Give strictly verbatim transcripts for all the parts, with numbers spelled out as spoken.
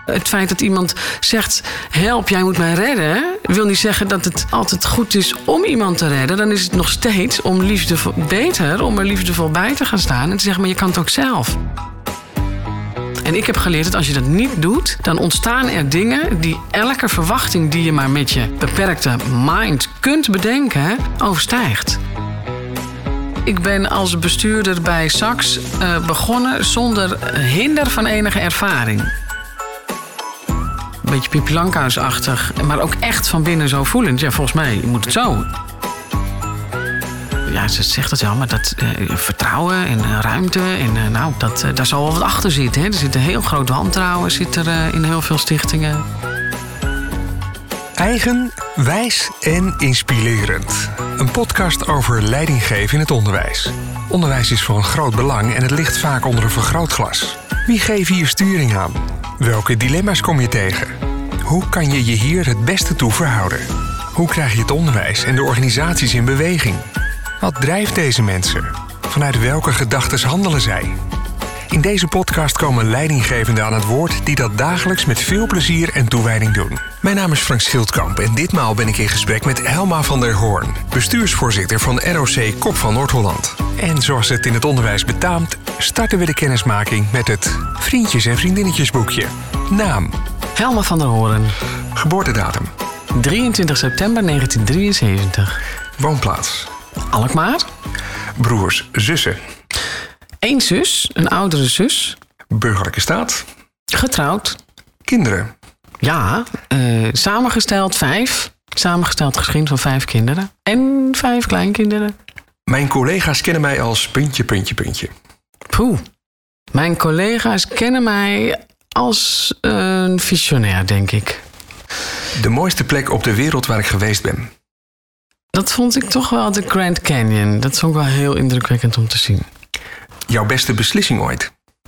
Het feit dat iemand zegt, help, jij moet mij redden, wil niet zeggen dat het altijd goed is om iemand te redden. Dan is het nog steeds om liefdevol, beter om er liefdevol bij te gaan staan en te zeggen, maar je kan het ook zelf. En ik heb geleerd dat als je dat niet doet, dan ontstaan er dingen die elke verwachting die je maar met je beperkte mind kunt bedenken, overstijgt. Ik ben als bestuurder bij Saks uh, begonnen zonder hinder van enige ervaring. Een beetje Pippi Langkous-achtig, maar ook echt van binnen zo voelend. Ja, volgens mij moet het zo. Ja, ze zegt dat wel, maar dat uh, vertrouwen en uh, ruimte. En uh, nou, dat, uh, daar zal wel wat achter zitten. Hè. Er zit een heel groot wantrouwen zit er, uh, in heel veel stichtingen. Eigen, wijs en inspirerend. Een podcast over leidinggeven in het onderwijs. Onderwijs is van groot belang en het ligt vaak onder een vergrootglas. Wie geeft hier sturing aan? Welke dilemma's kom je tegen? Hoe kan je je hier het beste toe verhouden? Hoe krijg je het onderwijs en de organisaties in beweging? Wat drijft deze mensen? Vanuit welke gedachtes handelen zij? In deze podcast komen leidinggevenden aan het woord die dat dagelijks met veel plezier en toewijding doen. Mijn naam is Frank Schildkamp en ditmaal ben ik in gesprek met Helma van der Hoorn, bestuursvoorzitter van R O C Kop van Noord-Holland. En zoals het in het onderwijs betaamt, starten we de kennismaking met het Vriendjes- en Vriendinnetjesboekje. Naam? Helma van der Hoorn. Geboortedatum? drieëntwintig september negentien drieënzeventig. Woonplaats? Alkmaar. Broers, zussen? Eén zus, een oudere zus. Burgerlijke staat? Getrouwd. Kinderen? Ja, uh, samengesteld vijf. Samengesteld gezin van vijf kinderen. En vijf kleinkinderen. Mijn collega's kennen mij als puntje, puntje, puntje. Poeh. Mijn collega's kennen mij als een visionair, denk ik. De mooiste plek op de wereld waar ik geweest ben? Dat vond ik toch wel de Grand Canyon. Dat vond ik wel heel indrukwekkend om te zien. Jouw beste beslissing ooit?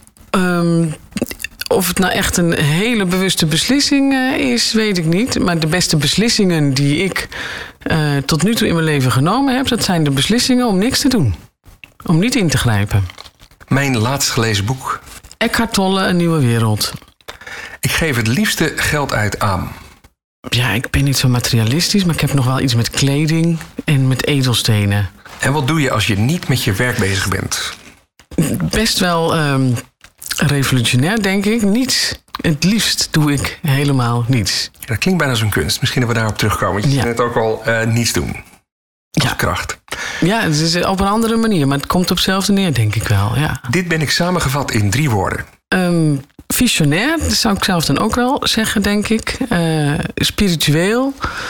Um, of het nou echt een hele bewuste beslissing uh, is, weet ik niet. Maar de beste beslissingen die ik uh, tot nu toe in mijn leven genomen heb, dat zijn de beslissingen om niks te doen. Om niet in te grijpen. Mijn laatst gelezen boek? Eckhart Tolle, Een Nieuwe Wereld. Ik geef het liefste geld uit aan. Ja, ik ben niet zo materialistisch, maar ik heb nog wel iets met kleding en met edelstenen. En wat doe je als je niet met je werk bezig bent? Best wel um, revolutionair, denk ik. Niets. Het liefst doe ik helemaal niets. Ja, dat klinkt bijna als een kunst. Misschien dat we daarop terugkomen. Je ja. zei net ook al uh, niets doen. Als ja. kracht. Ja, het is op een andere manier, maar het komt op hetzelfde neer, denk ik wel. Ja. Dit ben ik samengevat in drie woorden. Um, visionair, dat zou ik zelf dan ook wel zeggen, denk ik. Uh, spiritueel.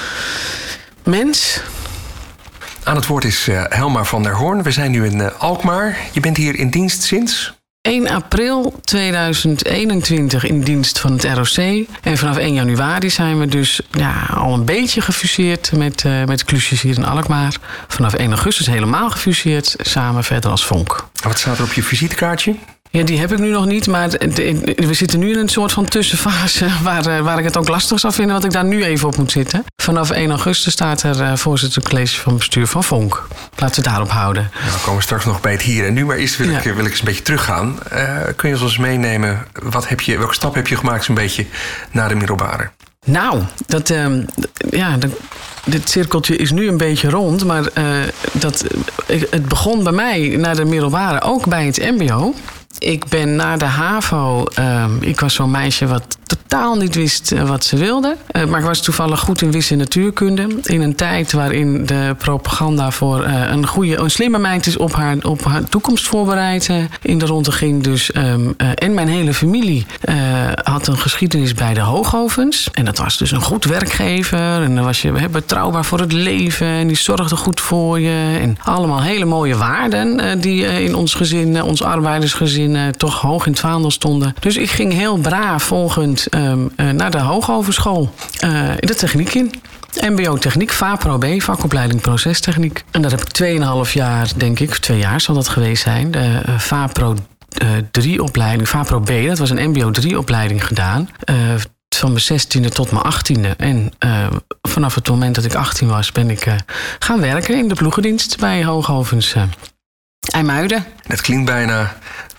Mens. Aan het woord is uh, Helma van der Hoorn. We zijn nu in uh, Alkmaar. Je bent hier in dienst sinds? één april tweeduizend eenentwintig in dienst van het R O C. En vanaf één januari zijn we dus ja, al een beetje gefuseerd met, uh, met Klusjes hier in Alkmaar. Vanaf één augustus helemaal gefuseerd, samen verder als Vonk. Wat staat er op je visitekaartje? Ja, die heb ik nu nog niet, maar we zitten nu in een soort van tussenfase waar, waar ik het ook lastig zou vinden wat ik daar nu even op moet zitten. Vanaf één augustus staat er uh, voorzitter college van bestuur van Vonk. Laten we het daarop houden. Nou, we komen straks nog bij het hier en nu, maar eerst wil, ja. ik, wil ik eens een beetje teruggaan. Uh, kun je ons eens meenemen, wat heb je, welke stap heb je gemaakt zo'n beetje naar de middelbare? Nou, dat, uh, ja, dat, dit cirkeltje is nu een beetje rond, maar uh, dat, het begon bij mij naar de middelbare, ook bij het mbo. Ik ben na de HAVO, uh, ik was zo'n meisje wat totaal niet wist uh, wat ze wilde. Uh, maar ik was toevallig goed in wiskunde en natuurkunde. In een tijd waarin de propaganda voor uh, een goede, een slimme meid is op haar, op haar toekomst voorbereid uh, in de ronde ging. Dus, um, uh, en mijn hele familie uh, had een geschiedenis bij de Hoogovens. En dat was dus een goed werkgever. En dan was je he, betrouwbaar voor het leven. En die zorgde goed voor je. En allemaal hele mooie waarden uh, die uh, in ons gezin, uh, ons arbeidersgezin, Uh, toch hoog in het vaandel stonden. Dus ik ging heel braaf volgend um, uh, naar de Hoogovenschool. Uh, in de techniek in. mbo techniek, VAPRO B, vakopleiding procestechniek. En daar heb ik tweeënhalf jaar, denk ik, twee jaar zal dat geweest zijn. De uh, VAPRO drie opleiding, VAPRO B, dat was een mbo drie opleiding gedaan. Uh, van mijn zestiende tot mijn achttiende. En uh, vanaf het moment dat ik achttien was, ben ik uh, gaan werken in de ploegendienst bij Hoogovens. Uh, IJmuiden. Het klinkt bijna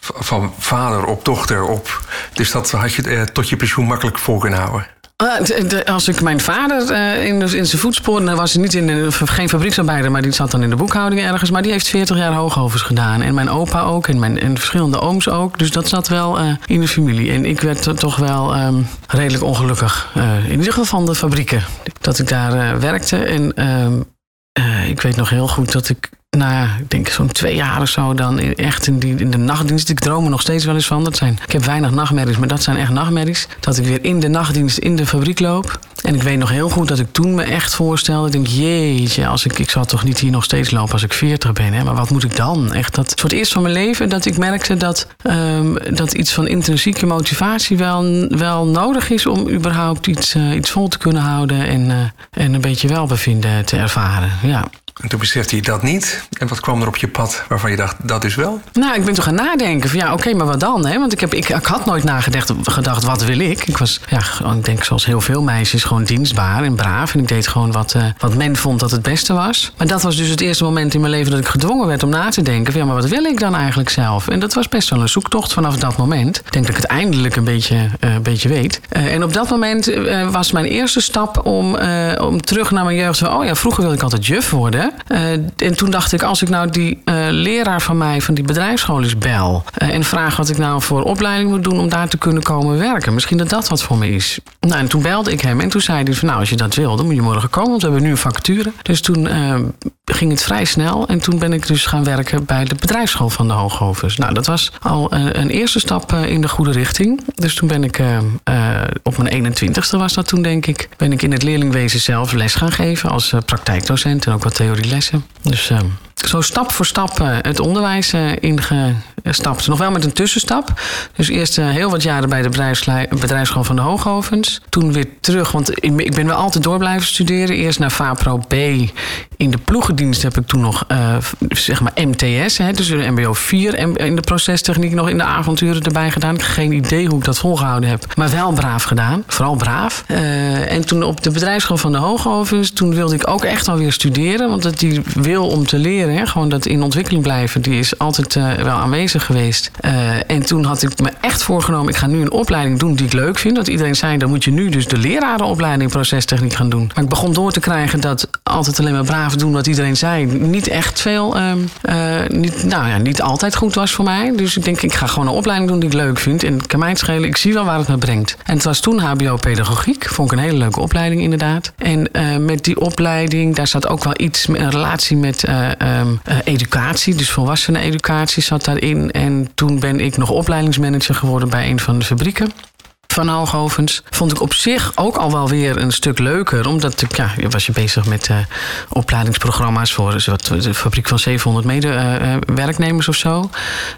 van vader op dochter op. Dus dat had je uh, tot je pensioen makkelijk voor kunnen houden. Uh, de, de, als ik mijn vader uh, in, in zijn voetsporen... was hij niet in de, geen fabrieksarbeider... maar die zat dan in de boekhouding ergens. Maar die heeft veertig jaar hoogovens gedaan. En mijn opa ook. En, mijn, en verschillende ooms ook. Dus dat zat wel uh, in de familie. En ik werd t- toch wel um, redelijk ongelukkig. Uh, in ieder geval van de fabrieken. Dat ik daar uh, werkte. En uh, uh, ik weet nog heel goed dat ik... Na, ik denk zo'n twee jaar of zo, dan echt in, die, in de nachtdienst. Ik droom er nog steeds wel eens van. Dat zijn, ik heb weinig nachtmerries, maar dat zijn echt nachtmerries. Dat ik weer in de nachtdienst in de fabriek loop. En ik weet nog heel goed dat ik toen me echt voorstelde. Ik denk, jeetje, als ik, ik zal toch niet hier nog steeds lopen als ik veertig ben. Hè? Maar wat moet ik dan? Echt dat, voor het eerst van mijn leven dat ik merkte dat, um, dat iets van intrinsieke motivatie wel, wel nodig is om überhaupt iets, uh, iets vol te kunnen houden. En, uh, en een beetje welbevinden te ervaren. Ja. En toen besefte je dat niet. En wat kwam er op je pad waarvan je dacht, dat is wel? Nou, ik ben toch gaan nadenken van ja, oké, okay, maar wat dan? Hè? Want ik, heb, ik, ik had nooit nagedacht, gedacht, wat wil ik? Ik was, ja, ik denk zoals heel veel meisjes, gewoon dienstbaar en braaf. En ik deed gewoon wat, uh, wat men vond dat het beste was. Maar dat was dus het eerste moment in mijn leven dat ik gedwongen werd om na te denken van ja, maar wat wil ik dan eigenlijk zelf? En dat was best wel een zoektocht vanaf dat moment. Ik denk dat ik het eindelijk een beetje, uh, een beetje weet. Uh, en op dat moment uh, was mijn eerste stap om, uh, om terug naar mijn jeugd. Van, oh ja, vroeger wilde ik altijd juf worden. Uh, en toen dacht ik, als ik nou die uh, leraar van mij van die bedrijfsschool eens bel... Uh, en vraag wat ik nou voor opleiding moet doen om daar te kunnen komen werken. Misschien dat dat wat voor me is. Nou, en toen belde ik hem en toen zei hij van nou, als je dat wil, dan moet je morgen komen, want we hebben nu een vacature. Dus toen uh, ging het vrij snel en toen ben ik dus gaan werken bij de bedrijfsschool van de Hoogovens. Nou, dat was al uh, een eerste stap uh, in de goede richting. Dus toen ben ik uh, uh, op mijn eenentwintigste was dat toen, denk ik, ben ik in het leerlingwezen zelf les gaan geven als uh, praktijkdocent en ook wat theorielessen. Dus uh, zo stap voor stap uh, het onderwijs uh, ingestapt. Nog wel met een tussenstap. Dus eerst uh, heel wat jaren bij de bedrijfsschool van de Hoogovens. Toen weer terug, want ik ben wel altijd door blijven studeren. Eerst naar VAPRO B. In de ploegendienst heb ik toen nog uh, zeg maar M T S. Hè, dus een M B O vier in de procestechniek nog in de avonturen erbij gedaan. Ik heb geen idee hoe ik dat volgehouden heb. Maar wel braaf gedaan. Vooral braaf. Uh, en toen op de bedrijfsschool van de Hoogovens, toen wilde ik ook echt wel weer studeren. Want dat die wil om te leren, hè, gewoon dat in ontwikkeling blijven, die is altijd uh, wel aanwezig geweest. Uh, en toen had ik me echt voorgenomen, ik ga nu een opleiding doen die ik leuk vind. Want iedereen zei, dan moet je nu dus de lerarenopleiding procestechniek gaan doen. Maar ik begon door te krijgen dat altijd alleen maar braaf doen wat iedereen zei, niet echt veel, uh, uh, niet, nou ja, niet altijd goed was voor mij. Dus ik denk, ik ga gewoon een opleiding doen die ik leuk vind. En ik kan mij het schelen, ik zie wel waar het me brengt. En het was toen H B O pedagogiek. Vond ik een hele leuke opleiding inderdaad. En uh, met die opleiding, daar zat ook wel iets, een relatie met uh, um, uh, educatie. Dus volwasseneneducatie zat daarin. En toen ben ik nog opleidingsmanager geworden bij een van de fabrieken van Hoogovens. Vond ik op zich ook al wel weer een stuk leuker. Omdat ik, ja, was je bezig met uh, opleidingsprogramma's voor wat, de fabriek van zevenhonderd medewerknemers uh, of zo.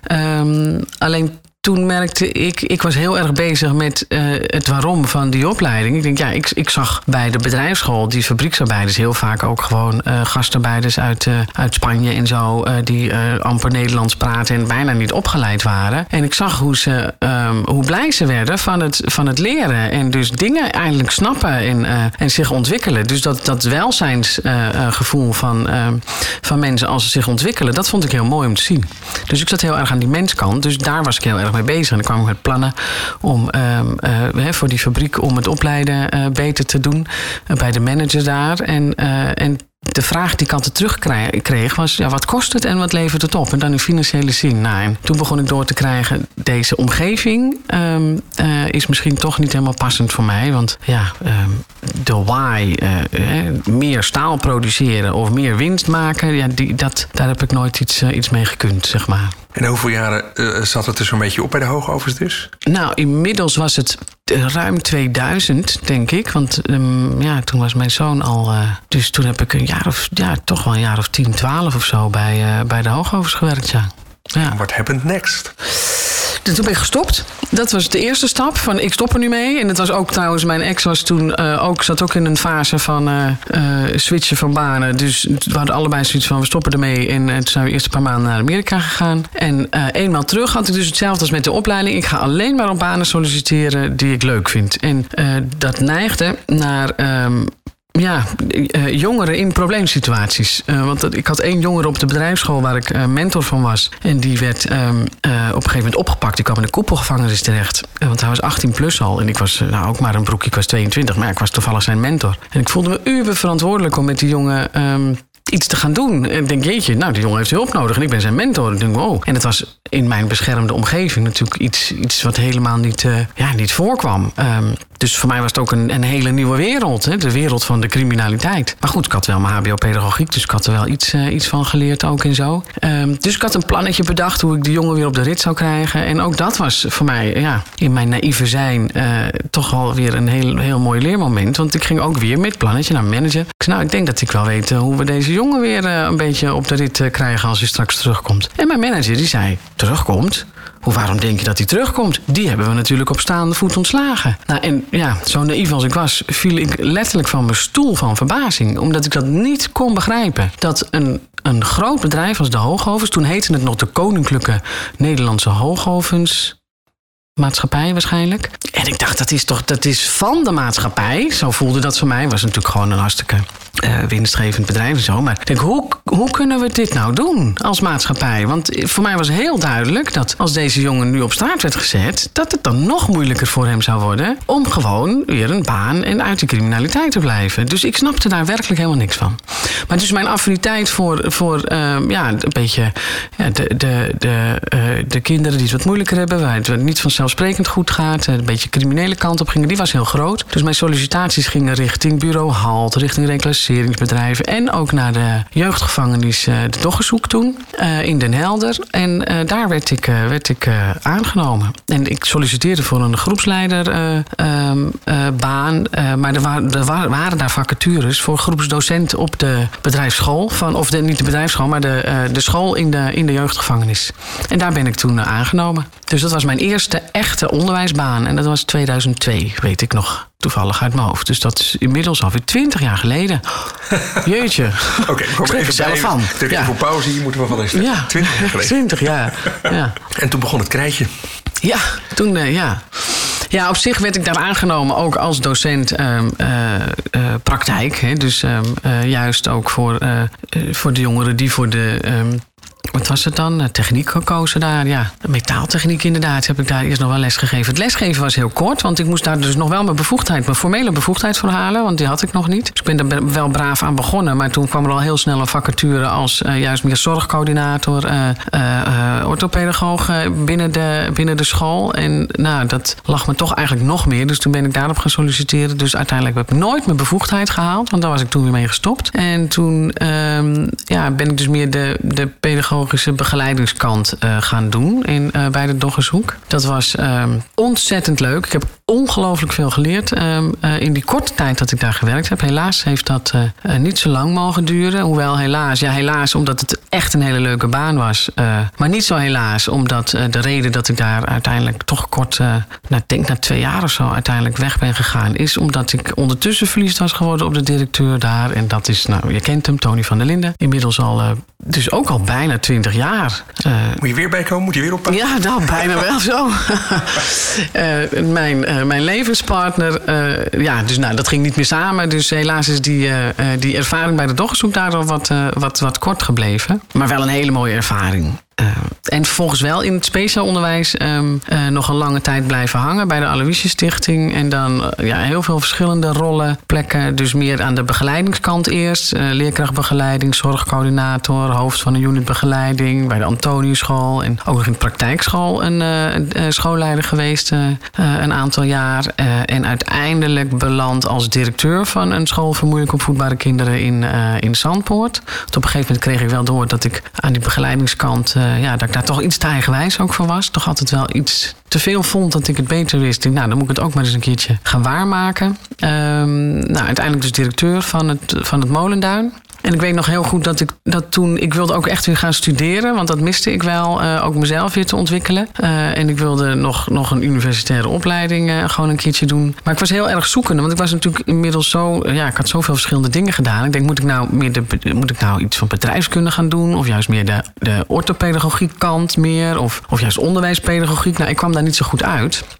Um, alleen toen merkte ik, ik was heel erg bezig met uh, het waarom van die opleiding. Ik denk, ja, ik, ik zag bij de bedrijfsschool die fabrieksarbeiders heel vaak ook gewoon uh, gastarbeiders uit, uh, uit Spanje en zo, uh, die uh, amper Nederlands praten en bijna niet opgeleid waren. En ik zag hoe ze, um, hoe blij ze werden van het, van het leren en dus dingen eindelijk snappen en, uh, en zich ontwikkelen. Dus dat, dat welzijnsgevoel uh, van, uh, van mensen als ze zich ontwikkelen, dat vond ik heel mooi om te zien. Dus ik zat heel erg aan die menskant. Dus daar was ik heel erg mee bezig. En dan kwam ik met plannen om um, uh, voor die fabriek om het opleiden uh, beter te doen. Uh, bij de manager daar. En, uh, en de vraag die ik altijd terugkreeg was, ja, wat kost het en wat levert het op? En dan in financiële zin. Nou, en toen begon ik door te krijgen, deze omgeving um, uh, is misschien toch niet helemaal passend voor mij. Want ja, um, de why, uh, uh, meer staal produceren of meer winst maken, ja, die, dat, daar heb ik nooit iets, uh, iets mee gekund, zeg maar. En hoeveel jaren uh, zat het er zo'n beetje op bij de Hoogovens dus? Nou, inmiddels was het ruim tweeduizend, denk ik. Want um, ja, toen was mijn zoon al... Uh, dus toen heb ik een jaar of... Ja, toch wel een jaar of tien, twaalf of zo bij, uh, bij de Hoogovens gewerkt, ja. Ja. What happened next? Toen ben ik gestopt. Dat was de eerste stap. Van ik stop er nu mee. En het was ook trouwens, mijn ex was toen uh, ook, zat ook in een fase van uh, uh, switchen van banen. Dus we hadden allebei zoiets van we stoppen ermee. En uh, toen zijn we eerst een paar maanden naar Amerika gegaan. En uh, eenmaal terug had ik dus hetzelfde als met de opleiding. Ik ga alleen maar op banen solliciteren die ik leuk vind. En uh, dat neigde naar... Um, ja, uh, jongeren in probleemsituaties. Uh, want ik had één jongere op de bedrijfsschool waar ik uh, mentor van was. En die werd um, uh, op een gegeven moment opgepakt. Die kwam in de koepelgevangenis terecht. Uh, want hij was achttien plus al. En ik was uh, nou, ook maar een broekje, ik was tweeëntwintig. Maar ik was toevallig zijn mentor. En ik voelde me uber verantwoordelijk om met die jongen Um, iets te gaan doen. En ik denk, jeetje, nou, die jongen heeft hulp nodig. En ik ben zijn mentor. En ik denk, wow. En het was in mijn beschermde omgeving natuurlijk iets, iets wat helemaal niet, uh, ja, niet voorkwam. Um, dus voor mij was het ook een, een hele nieuwe wereld. Hè? De wereld van de criminaliteit. Maar goed, ik had wel mijn hbo-pedagogiek. Dus ik had er wel iets, uh, iets van geleerd ook en zo. Um, dus ik had een plannetje bedacht hoe ik die jongen weer op de rit zou krijgen. En ook dat was voor mij, ja, in mijn naïeve zijn Uh, toch wel weer een heel, heel mooi leermoment. Want ik ging ook weer met het plannetje naar mijn manager. Ik zei, nou, ik denk dat ik wel weet uh, hoe we deze jongen weer uh, een beetje op de rit uh, krijgen als hij straks terugkomt. En mijn manager die zei, terugkomt? Hoe, waarom denk je dat hij terugkomt? Die hebben we natuurlijk op staande voet ontslagen. Nou, en ja, zo naïef als ik was, viel ik letterlijk van mijn stoel van verbazing. Omdat ik dat niet kon begrijpen. Dat een, een groot bedrijf als de Hoogovens, toen heette het nog de Koninklijke Nederlandse Hoogovens Maatschappij waarschijnlijk. En ik dacht, dat is toch dat is van de maatschappij. Zo voelde dat voor mij. Was natuurlijk gewoon een hartstikke uh, winstgevend bedrijf en zo. Maar ik denk, hoe, hoe kunnen we dit nou doen als maatschappij? Want voor mij was heel duidelijk dat als deze jongen nu op straat werd gezet, dat het dan nog moeilijker voor hem zou worden om gewoon weer een baan en uit de criminaliteit te blijven. Dus ik snapte daar werkelijk helemaal niks van. Maar dus mijn affiniteit voor, voor uh, ja, een beetje ja, de, de, de, uh, de kinderen die het wat moeilijker hebben, waar het niet vanzelfsprekend goed gaat, een beetje criminele kant op gingen, die was heel groot. Dus mijn sollicitaties gingen richting bureau Halt, richting reclasseringsbedrijven en ook naar de jeugdgevangenis uh, de Doggenzoek toen, uh, in Den Helder. En uh, daar werd ik, uh, werd ik uh, aangenomen. En ik solliciteerde voor een groepsleiderbaan, uh, um, uh, baan, uh, maar er, wa- er wa- waren daar vacatures voor groepsdocent op de bedrijfsschool, van, of de, niet de bedrijfsschool, maar de, uh, de school in de, in de jeugdgevangenis. En daar ben ik toen uh, aangenomen. Dus dat was mijn eerste echte onderwijsbaan. En dat was tweeduizend twee, weet ik nog toevallig uit mijn hoofd. Dus dat is inmiddels alweer twintig jaar geleden. Jeetje. Oké, okay, kom even zelf van. Even ja. Voor pauze, hier moeten we van eens ja. twintig jaar geleden. twintig jaar, ja. En toen begon het krijtje. Ja, toen, uh, ja. Ja, op zich werd ik daar aangenomen ook als docent uh, uh, uh, praktijk. Hè. Dus uh, uh, juist ook voor, uh, uh, voor de jongeren die voor de Um, wat was het dan? Techniek gekozen daar, ja. Metaaltechniek inderdaad, heb ik daar eerst nog wel les gegeven. Het lesgeven was heel kort, want ik moest daar dus nog wel mijn bevoegdheid, mijn formele bevoegdheid voor halen, want die had ik nog niet. Dus ik ben er wel braaf aan begonnen, maar toen kwam er al heel snel een vacature als uh, juist meer zorgcoördinator, uh, uh, uh, orthopedagoog uh, binnen, de, binnen de school. En nou, dat lag me toch eigenlijk nog meer, dus toen ben ik daarop gaan solliciteren. Dus uiteindelijk heb ik nooit mijn bevoegdheid gehaald, want daar was ik toen weer mee gestopt. En toen um, ja, ben ik dus meer de, de pedagogische begeleidingskant uh, gaan doen in, uh, bij de Doggenzoek. Dat was um, ontzettend leuk. Ik heb ongelooflijk veel geleerd um, uh, in die korte tijd dat ik daar gewerkt heb. Helaas heeft dat uh, uh, niet zo lang mogen duren. Hoewel helaas, ja helaas omdat het echt een hele leuke baan was. Uh, maar niet zo helaas omdat uh, de reden dat ik daar uiteindelijk toch kort, uh, nou, ik denk na twee jaar of zo uiteindelijk weg ben gegaan, is omdat ik ondertussen verliefd was geworden op de directeur daar. En dat is, nou, je kent hem, Tony van der Linden. Inmiddels al, uh, dus ook al bijna twintig jaar. Uh, Moet je weer bijkomen? Moet je weer oppassen? Ja, nou, bijna wel zo. uh, mijn, uh, mijn levenspartner, uh, ja, dus nou, dat ging niet meer samen. Dus helaas is die, uh, die ervaring bij de Doggenzoek daar al wat, uh, wat, wat kort gebleven. Maar wel een hele mooie ervaring. Uh, en vervolgens wel in het speciaal onderwijs um, uh, nog een lange tijd blijven hangen bij de Aloysius Stichting. En dan uh, ja, heel veel verschillende rollen, plekken. Dus meer aan de begeleidingskant eerst. Uh, leerkrachtbegeleiding, zorgcoördinator, hoofd van een unit begeleiding bij de Antoniusschool. En ook nog in de praktijkschool een uh, uh, schoolleider geweest uh, uh, een aantal jaar. Uh, en uiteindelijk beland als directeur van een school voor moeilijk opvoedbare kinderen in, uh, in Zandpoort. Tot op een gegeven moment kreeg ik wel door dat ik aan die begeleidingskant Uh, ja, dat ik daar toch iets te eigenwijs ook voor was. Toch altijd wel iets te veel vond dat ik het beter wist. Ik dacht, nou, dan moet ik het ook maar eens een keertje gaan waarmaken. Um, nou, uiteindelijk dus directeur van het, van het Molenduin. En ik weet nog heel goed dat ik dat toen... Ik wilde ook echt weer gaan studeren, want dat miste ik wel. Uh, ook mezelf weer te ontwikkelen. Uh, en ik wilde nog, nog een universitaire opleiding uh, gewoon een keertje doen. Maar ik was heel erg zoekende, want ik was natuurlijk inmiddels zo... Ja, ik had zoveel verschillende dingen gedaan. Ik denk, moet ik nou, meer de, moet ik nou iets van bedrijfskunde gaan doen? Of juist meer de, de orthopedagogiek kant meer? Of, of juist onderwijspedagogiek? Nou, ik kwam daar niet zo goed uit.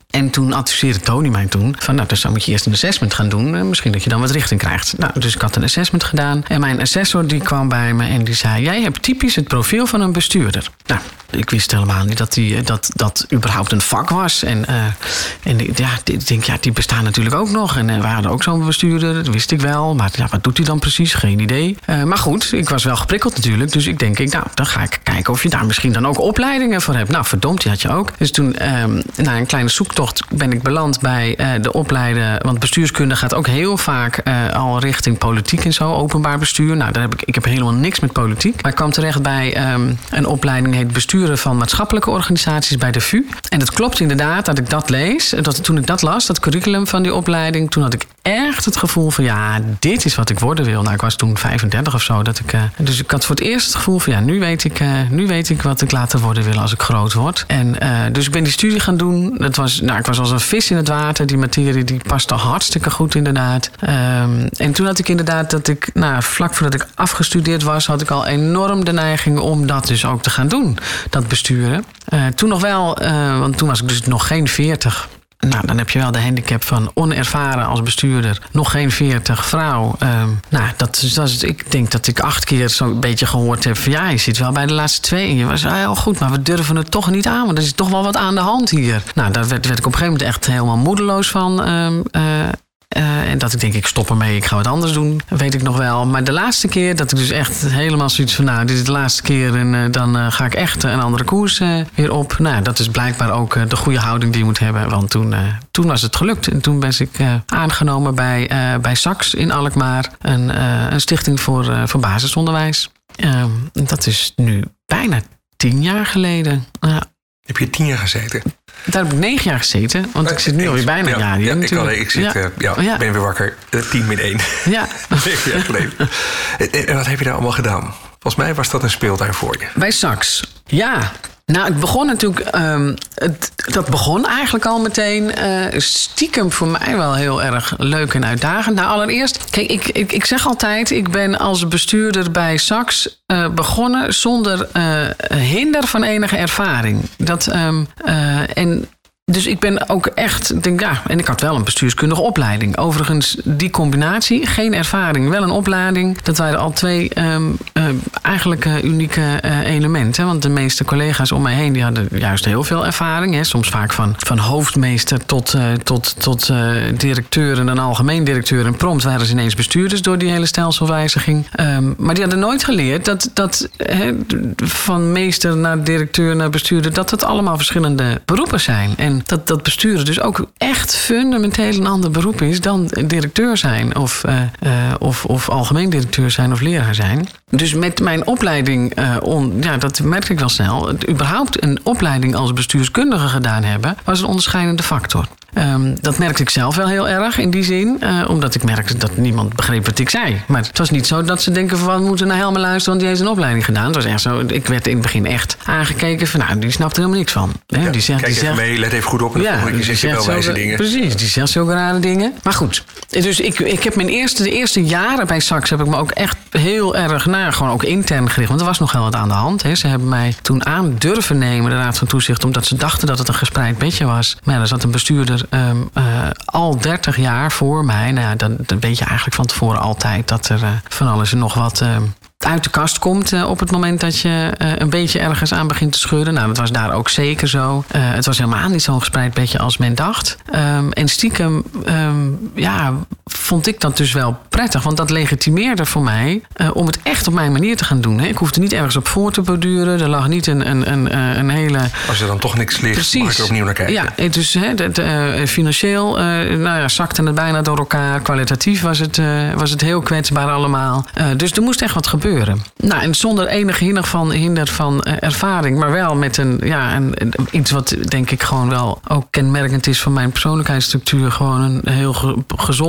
En toen adviseerde Tony mij toen van, nou, dus dan moet je eerst een assessment gaan doen. En misschien dat je dan wat richting krijgt. Nou, dus ik had een assessment gedaan. En mijn assessor die kwam bij me en die zei, jij hebt typisch het profiel van een bestuurder. Nou, ik wist helemaal niet dat die, dat, dat überhaupt een vak was. En, uh, en ja, ik denk, ja, die bestaan natuurlijk ook nog. En uh, we hadden ook zo'n bestuurder, dat wist ik wel. Maar ja, wat doet hij dan precies? Geen idee. Uh, maar goed, ik was wel geprikkeld natuurlijk. Dus ik denk, ik, nou, dan ga ik kijken of je daar misschien dan ook opleidingen voor hebt. Nou, verdomd, die had je ook. Dus toen, um, na een kleine zoektocht, ben ik beland bij uh, de opleiden. Want bestuurskunde gaat ook heel vaak uh, al richting politiek en zo. Openbaar bestuur. Nou, daar heb ik, ik heb helemaal niks met politiek. Maar ik kwam terecht bij um, een opleiding heet bestuur van maatschappelijke organisaties bij de V U. En het klopt inderdaad dat ik dat lees. Dat, toen ik dat las, dat curriculum van die opleiding, toen had ik echt het gevoel van, ja, dit is wat ik worden wil. Nou, ik was toen vijfendertig of zo. Dat ik, uh, dus ik had voor het eerst het gevoel van, ja, nu weet ik, uh, nu weet ik wat ik later worden wil als ik groot word. En uh, dus ik ben die studie gaan doen. Dat was, nou, ik was als een vis in het water. Die materie die paste hartstikke goed inderdaad. Um, en toen had ik inderdaad dat ik, nou, vlak voordat ik afgestudeerd was, had ik al enorm de neiging om dat dus ook te gaan doen. Dat besturen. Uh, toen nog wel, uh, want toen was ik dus nog geen veertig. Nou, dan heb je wel de handicap van onervaren als bestuurder. Nog geen veertig, vrouw. Um, nou, dat is, dat is, ik denk dat ik acht keer zo'n beetje gehoord heb van, ja, je zit wel bij de laatste twee. En je was heel goed, maar we durven het toch niet aan. Want er is toch wel wat aan de hand hier. Nou, daar werd, werd ik op een gegeven moment echt helemaal moedeloos van. Um, uh, Uh, en dat ik denk, ik stop ermee, ik ga wat anders doen. Weet ik nog wel. Maar de laatste keer dat ik dus echt helemaal zoiets van, nou, dit is de laatste keer en uh, dan uh, ga ik echt uh, een andere koers uh, weer op. Nou, dat is blijkbaar ook uh, de goede houding die je moet hebben. Want toen, uh, toen was het gelukt. En toen ben ik uh, aangenomen bij, uh, bij Sax in Alkmaar. Een, uh, een stichting voor, uh, voor basisonderwijs. Uh, dat is nu bijna tien jaar geleden. Uh, Heb je tien jaar gezeten? Daar heb ik negen jaar gezeten, want ik zit nu alweer bijna een jaar hier. Ja, ik, al, ik zit, ja. Uh, ja, ja. ben weer wakker. Uh, tien min één. Ja. negen jaar geleden. en, en wat heb je daar allemaal gedaan? Volgens mij was dat een speeltuin voor je. Bij Sax, ja. Nou, het begon natuurlijk... Um, het, dat begon eigenlijk al meteen uh, stiekem voor mij wel heel erg leuk en uitdagend. Nou, allereerst, kijk, ik, ik, ik zeg altijd, ik ben als bestuurder bij Sax uh, begonnen zonder uh, hinder van enige ervaring. Dat, um, uh, en... Dus ik ben ook echt, denk ja, en ik had wel een bestuurskundige opleiding. Overigens, die combinatie, geen ervaring, wel een opleiding. Dat waren al twee um, uh, eigenlijk uh, unieke uh, elementen. Want de meeste collega's om mij heen, die hadden juist heel veel ervaring. Hè. Soms vaak van, van hoofdmeester tot, uh, tot, tot uh, directeur en een algemeen directeur. En prompt waren ze ineens bestuurders door die hele stelselwijziging. Um, maar die hadden nooit geleerd dat, dat hè, van meester naar directeur naar bestuurder, dat het allemaal verschillende beroepen zijn. En dat, dat besturen dus ook echt fundamenteel een ander beroep is dan directeur zijn of, uh, uh, of, of algemeen directeur zijn of leraar zijn. Dus met mijn opleiding, uh, on, ja, dat merkte ik wel snel, het, überhaupt een opleiding als bestuurskundige gedaan hebben, was een onderscheidende factor. Um, dat merkte ik zelf wel heel erg in die zin. Uh, omdat ik merkte dat niemand begreep wat ik zei. Maar het was niet zo dat ze denken van, we moeten naar Helmer luisteren, want die heeft een opleiding gedaan. Het was echt zo, ik werd in het begin echt aangekeken van, nou, die snapt er helemaal niks van. He, ja, die zegt, kijk die even zegt, mee, let even goed op en dan ja, je zegt je wel wijze dingen. Precies, die zegt zulke rare dingen. Maar goed, dus ik, ik heb mijn eerste, de eerste jaren bij Sax heb ik me ook echt heel erg, nou ja, gewoon ook intern gericht. Want er was nog wel wat aan de hand. He. Ze hebben mij toen aan durven nemen, de Raad van Toezicht, omdat ze dachten dat het een gespreid bedje was. Maar ja, er zat een bestuurder um, uh, al dertig jaar voor mij. Nou ja, dan, dan weet je eigenlijk van tevoren altijd dat er uh, van alles en nog wat uh, uit de kast komt uh, op het moment dat je uh, een beetje ergens aan begint te schudden. Nou, dat was daar ook zeker zo. Uh, het was helemaal niet zo'n gespreid bedje als men dacht. Um, en stiekem, um, ja, vond ik dat dus wel prettig. Want dat legitimeerde voor mij uh, om het echt op mijn manier te gaan doen. Hè. Ik hoefde niet ergens op voor te borduren. Er lag niet een, een, een, een hele... Als er dan toch niks ligt, precies, mag ik er opnieuw naar kijken. Ja, dus hè, de, de, uh, financieel uh, nou ja, zakte het bijna door elkaar. Kwalitatief was het, uh, was het heel kwetsbaar allemaal. Uh, dus er moest echt wat gebeuren. Nou, en zonder enige hinder van, hinder van uh, ervaring, maar wel met een, ja, een, iets wat denk ik gewoon wel ook kenmerkend is van mijn persoonlijkheidsstructuur. Gewoon een heel ge, gezond boeren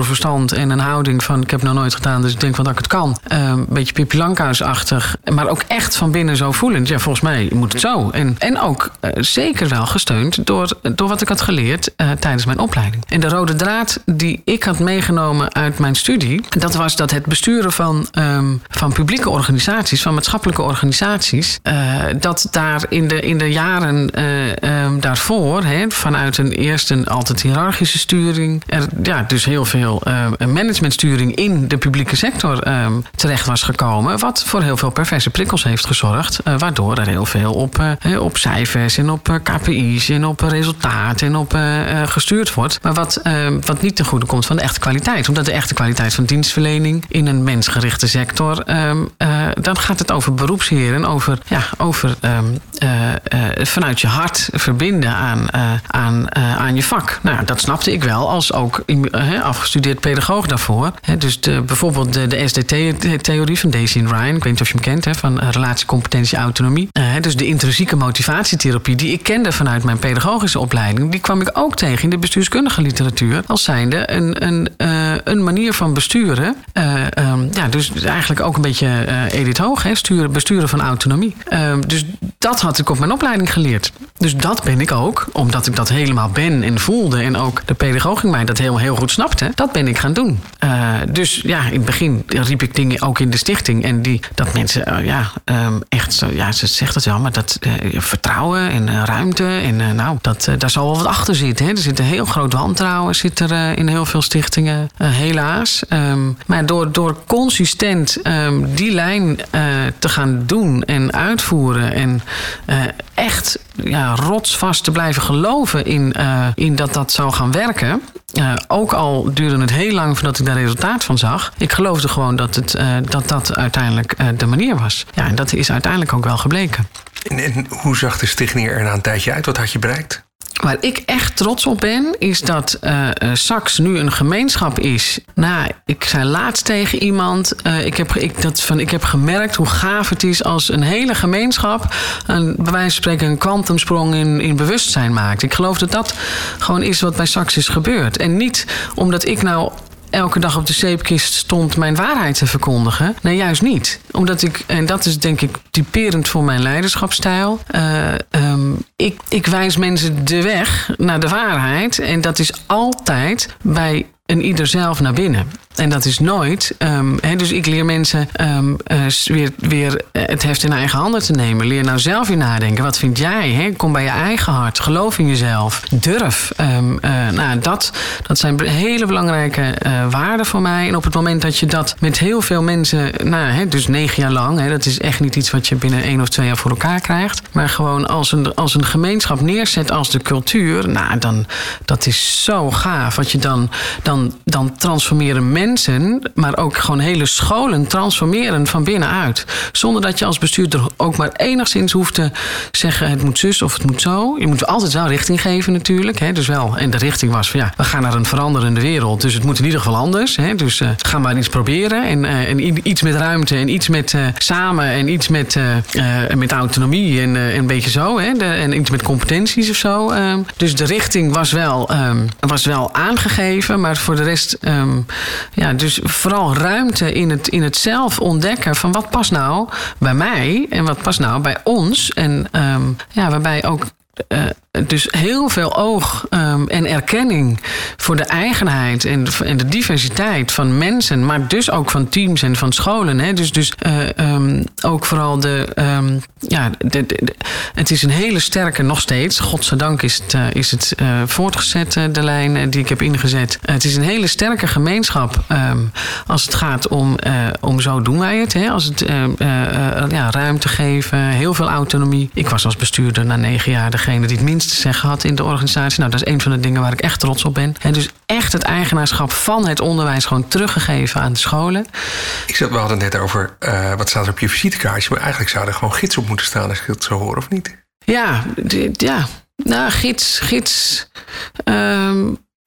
boerenverstand en een houding van ik heb het nog nooit gedaan, dus ik denk wel dat ik het kan. Uh, een beetje Pippi Langkous-achtig, maar ook echt van binnen zo voelend. Ja, volgens mij moet het zo. En, en ook uh, zeker wel gesteund door, door wat ik had geleerd uh, tijdens mijn opleiding. En de rode draad die ik had meegenomen uit mijn studie, dat was dat het besturen van, um, van publieke organisaties, van maatschappelijke organisaties, uh, dat daar in de, in de jaren uh, um, daarvoor, he, vanuit een eerst een altijd hiërarchische sturing, er ja, dus heel veel uh, managementsturing in de publieke sector um, terecht was gekomen, wat voor heel veel perverse prikkels heeft gezorgd, uh, waardoor er heel veel op, uh, op cijfers en op uh, K P I's en op uh, resultaten en op uh, uh, gestuurd wordt, maar wat, uh, wat niet ten goede komt van de echte kwaliteit. Omdat de echte kwaliteit van dienstverlening in een mensgerichte sector, um, uh, dan gaat het over beroepsheer, over, ja, over um, uh, uh, vanuit je hart verbinden aan, uh, aan, uh, aan je vak. Nou, dat snapte ik wel als ook uh, afgestudeerd pedagoog daarvoor. He, dus de, bijvoorbeeld de, de S D T-theorie van Daisy en Ryan, ik weet niet of je hem kent, he, van uh, relatie, competentie, autonomie. Uh, dus de intrinsieke motivatietherapie die ik kende vanuit mijn pedagogische opleiding, die kwam ik ook tegen in de bestuurskundige literatuur als zijnde een, een, uh, een manier van besturen. Uh, um, ja, dus eigenlijk ook een beetje uh, Edith Hoog, hè, sturen, besturen van autonomie. Uh, dus dat had ik op mijn opleiding geleerd. Dus dat ben ik ook, omdat ik dat helemaal ben en voelde en ook de pedagoog in mij dat heel, heel goed snapte, dat ben ik gaan doen. Uh, dus ja, in het begin riep ik dingen ook in de stichting en die, dat mensen, uh, ja, um, echt zo, ja, ze zegt het wel, maar dat uh, vertrouwen en uh, ruimte en uh, nou, dat, uh, daar zal wel wat achter zitten. Hè. Er zit een heel groot wantrouwen zit er uh, in heel veel stichtingen, uh, helaas. Um, maar door, door consistent um, die lijn uh, te gaan doen en uitvoeren en uh, echt ja, rotsvast te blijven geloven in, uh, in dat dat zou gaan werken. Uh, ook al duurde het heel lang voordat ik daar resultaat van zag. Ik geloofde gewoon dat het, uh, dat, dat uiteindelijk uh, de manier was. Ja, en dat is uiteindelijk ook wel gebleken. En, en hoe zag de stichting er na een tijdje uit? Wat had je bereikt? Waar ik echt trots op ben, is dat uh, uh, Sax nu een gemeenschap is. Nou, ik zei laatst tegen iemand, uh, ik, heb, ik, dat van, ik heb gemerkt hoe gaaf het is als een hele gemeenschap een, bij wijze van spreken een kwantumsprong in, in bewustzijn maakt. Ik geloof dat dat gewoon is wat bij Sax is gebeurd. En niet omdat ik nou elke dag op de zeepkist stond mijn waarheid te verkondigen. Nee, juist niet. Omdat ik, en dat is denk ik typerend voor mijn leiderschapsstijl. Uh, um, ik, ik wijs mensen de weg naar de waarheid. En dat is altijd bij een ieder zelf naar binnen. En dat is nooit. Um, he, dus ik leer mensen um, uh, weer, weer het heft in eigen handen te nemen. Leer nou zelf weer nadenken. Wat vind jij? He? Kom bij je eigen hart. Geloof in jezelf. Durf. Um, uh, nou, dat, dat zijn hele belangrijke uh, waarden voor mij. En op het moment dat je dat met heel veel mensen, nou, he, dus negen jaar lang, he, dat is echt niet iets wat je binnen één of twee jaar voor elkaar krijgt. Maar gewoon als een, als een gemeenschap neerzet als de cultuur, nou, dan dat is zo gaaf. Wat je dan, dan, dan transformeren mensen. Mensen, maar ook gewoon hele scholen transformeren van binnenuit. Zonder dat je als bestuurder ook maar enigszins hoeft te zeggen het moet zus of het moet zo. Je moet altijd wel richting geven natuurlijk. Hè, dus wel. En de richting was van ja, we gaan naar een veranderende wereld. Dus het moet in ieder geval anders. Hè, dus uh, ga maar iets proberen. En, uh, en iets met ruimte en iets met uh, samen en iets met, uh, uh, met autonomie en uh, een beetje zo. Hè, de, en iets met competenties of zo. Uh, dus de richting was wel, um, was wel aangegeven. Maar voor de rest Um, Ja, dus vooral ruimte in het, in het zelf ontdekken van wat past nou bij mij en wat past nou bij ons. En um, ja, waarbij ook uh, dus heel veel oog um, en erkenning voor de eigenheid en de, en de diversiteit van mensen, maar dus ook van teams en van scholen. Hè. Dus, dus uh, um, ook vooral de, um, ja, de, de, de, het is een hele sterke, nog steeds, godzijdank is het, uh, is het uh, voortgezet, uh, de lijn uh, die ik heb ingezet. Uh, het is een hele sterke gemeenschap um, als het gaat om, uh, om zo doen wij het. Hè. Als het uh, uh, uh, ja, ruimte geven, heel veel autonomie. Ik was als bestuurder na negen jaar degene die het minst te zeggen had in de organisatie. Nou, dat is een van de dingen waar ik echt trots op ben. En dus echt het eigenaarschap van het onderwijs gewoon teruggegeven aan de scholen. Ik zat, we hadden het net over uh, wat staat er op je visitekaartje, maar eigenlijk zou er gewoon gids op moeten staan als ik het zo hoor, of niet? Ja, d- ja. Nou, gids, gids. Um,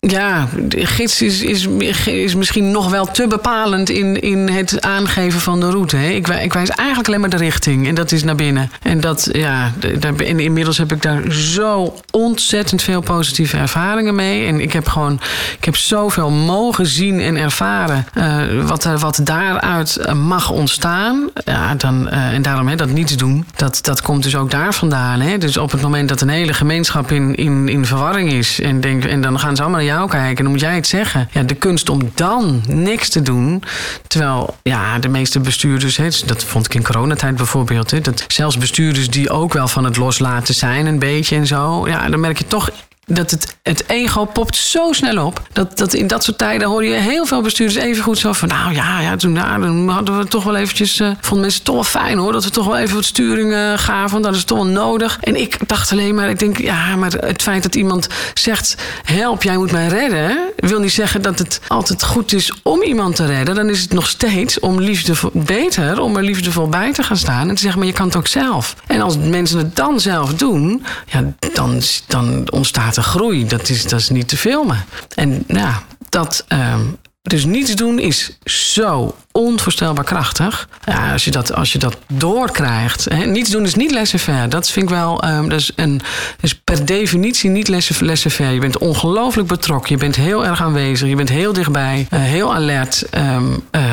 Ja, de gids is, is, is misschien nog wel te bepalend in, in het aangeven van de route. Hè. Ik, ik wijs eigenlijk alleen maar de richting en dat is naar binnen. En dat, ja, daar, en inmiddels heb ik daar zo ontzettend veel positieve ervaringen mee. En ik heb gewoon, ik heb zoveel mogen zien en ervaren uh, wat, er, wat daaruit mag ontstaan. Ja, dan, uh, en daarom hè, dat niets doen, dat, dat komt dus ook daar vandaan. Hè. Dus op het moment dat een hele gemeenschap in, in, in verwarring is en, denk, en dan gaan ze allemaal naar jou kijken en dan moet jij het zeggen. Ja, de kunst om dan niks te doen. Terwijl ja, de meeste bestuurders, hè, dat vond ik in coronatijd bijvoorbeeld, hè, dat zelfs bestuurders die ook wel van het loslaten zijn een beetje en zo. Ja, dan merk je toch dat het, het ego popt zo snel op. Dat, dat in dat soort tijden hoor je heel veel bestuurders even goed zo van... nou ja, ja toen, nou, dan hadden we toch wel eventjes... Uh, vonden mensen toch wel fijn hoor, dat we toch wel even wat sturing uh, gaven. Want dat is toch wel nodig. En ik dacht alleen maar, ik denk, ja, maar het feit dat iemand zegt... help, jij moet mij redden... wil niet zeggen dat het altijd goed is om iemand te redden. Dan is het nog steeds om liefdevol, beter om er liefdevol bij te gaan staan... en te zeggen, maar je kan het ook zelf. En als mensen het dan zelf doen... ja, dan, dan ontstaat er groei. Dat is, dat is niet te filmen. En ja, dat... Uh, dus niets doen is zo onvoorstelbaar krachtig. Ja, als je dat, als je dat doorkrijgt. Hè, niets doen is niet laissez-faire. Dat vind ik wel... Um, dat is, een, is per definitie niet laissez-faire. Je bent ongelooflijk betrokken. Je bent heel erg aanwezig. Je bent heel dichtbij. Uh, heel alert. Um, uh,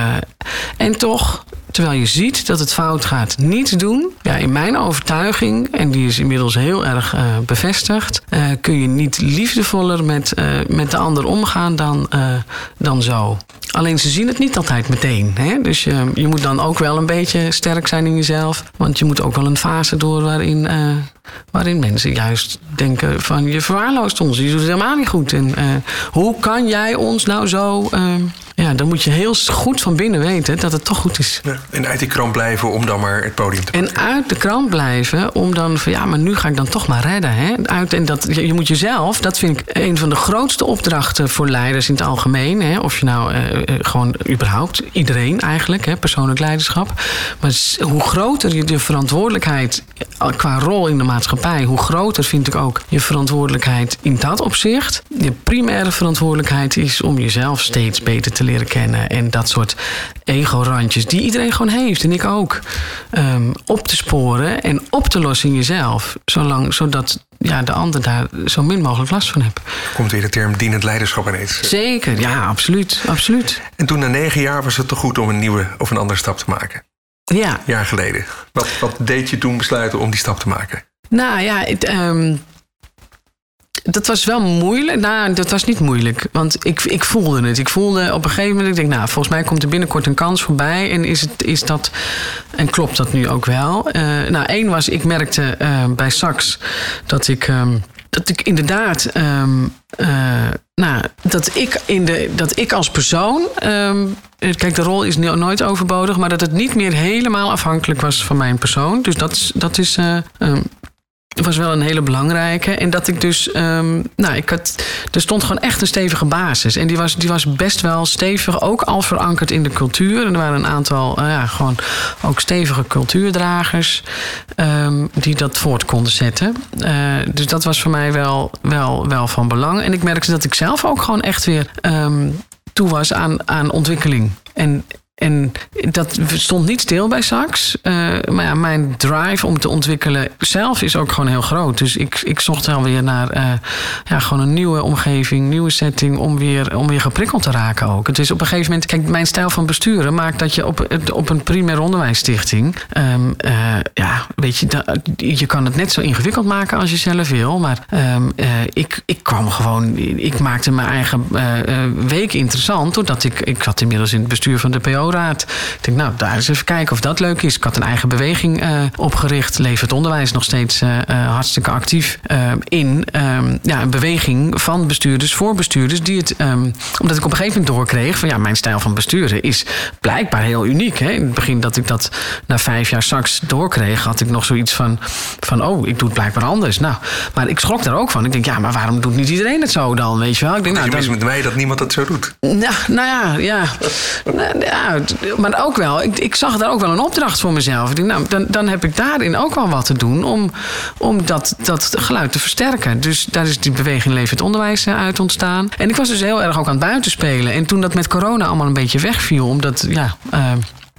en toch... terwijl je ziet dat het fout gaat, niets doen. Ja, in mijn overtuiging, en die is inmiddels heel erg uh, bevestigd... Uh, kun je niet liefdevoller met, uh, met de ander omgaan dan, uh, dan zo. Alleen ze zien het niet altijd meteen. Hè? Dus je, je moet dan ook wel een beetje sterk zijn in jezelf. Want je moet ook wel een fase door waarin... Uh, waarin mensen juist denken van... je verwaarloost ons, je doet het helemaal niet goed. En uh, hoe kan jij ons nou zo... Uh, ja, dan moet je heel goed van binnen weten dat het toch goed is. Ja, en uit die krant blijven om dan maar het podium te pakken. En uit de krant blijven om dan van... ja, maar nu ga ik dan toch maar redden. Hè? Uit, en dat, je, je moet jezelf, dat vind ik een van de grootste opdrachten... voor leiders in het algemeen. Hè? Of je nou uh, gewoon überhaupt, iedereen eigenlijk, hè? Persoonlijk leiderschap. Maar hoe groter je de verantwoordelijkheid... qua rol in de maatschappij... hoe groter vind ik ook je verantwoordelijkheid in dat opzicht. Je primaire verantwoordelijkheid is om jezelf steeds beter te leren kennen. En dat soort ego-randjes die iedereen gewoon heeft, en ik ook, um, op te sporen en op te lossen in jezelf. Zolang, zodat ja, de ander daar zo min mogelijk last van heeft. Komt weer de term dienend leiderschap ineens. Zeker, ja, absoluut, absoluut. En toen na negen jaar was het toch goed om een nieuwe of een andere stap te maken? Ja. Een jaar geleden. Wat, wat deed je toen besluiten om die stap te maken? Nou ja, het, um, dat was wel moeilijk. Nou, dat was niet moeilijk. Want ik, ik voelde het. Ik voelde op een gegeven moment... Ik denk, nou, volgens mij komt er binnenkort een kans voorbij. En is, het, is dat... En klopt dat nu ook wel? Uh, nou, één was, ik merkte uh, bij Saks... dat ik... Um, dat ik inderdaad... Um, uh, nou, dat ik, in de, dat ik als persoon... Um, kijk, de rol is nooit overbodig... maar dat het niet meer helemaal afhankelijk was van mijn persoon. Dus dat is... Dat is uh, um, was wel een hele belangrijke. En dat ik dus... Um, nou, ik had, er stond gewoon echt een stevige basis. En die was, die was best wel stevig. Ook al verankerd in de cultuur. En er waren een aantal... Uh, ja, gewoon ook stevige cultuurdragers... Um, die dat voort konden zetten. Uh, dus dat was voor mij wel, wel, wel van belang. En ik merkte dat ik zelf ook gewoon echt weer... Um, toe was aan, aan ontwikkeling. En... En dat stond niet stil bij Saks. Uh, maar ja, mijn drive om te ontwikkelen zelf is ook gewoon heel groot. Dus ik, ik zocht wel weer naar uh, ja, gewoon een nieuwe omgeving, nieuwe setting... Om weer, om weer geprikkeld te raken ook. Het is op een gegeven moment... Kijk, mijn stijl van besturen maakt dat je op, op een primair onderwijsstichting... Um, uh, ja, weet je, da, je kan het net zo ingewikkeld maken als je zelf wil. Maar um, uh, ik, ik kwam gewoon... Ik maakte mijn eigen uh, uh, week interessant... doordat ik... Ik zat inmiddels in het bestuur van de P O Raad. Ik denk, nou, daar eens even kijken of dat leuk is. Ik had een eigen beweging uh, opgericht. Leef het onderwijs nog steeds uh, uh, hartstikke actief uh, in. Um, ja, een beweging van bestuurders voor bestuurders. Die het, um, omdat ik op een gegeven moment doorkreeg van ja, mijn stijl van besturen is blijkbaar heel uniek. Hè? In het begin dat ik dat na vijf jaar Saks doorkreeg, had ik nog zoiets van, van oh, ik doe het blijkbaar anders. Nou, maar ik schrok daar ook van. Ik denk, ja, maar waarom doet niet iedereen het zo dan? Weet je wel? Ik denk, nou, nou, je dan... mis met mij dat niemand dat zo doet. Nou, nou ja, ja. nou, ja nou, maar ook wel, ik, ik zag daar ook wel een opdracht voor mezelf. Ik denk, nou, dan, dan heb ik daarin ook wel wat te doen om, om dat, dat geluid te versterken. Dus daar is die beweging Levend Onderwijs uit ontstaan. En ik was dus heel erg ook aan het buitenspelen. En toen dat met corona allemaal een beetje wegviel, omdat, ja... Uh,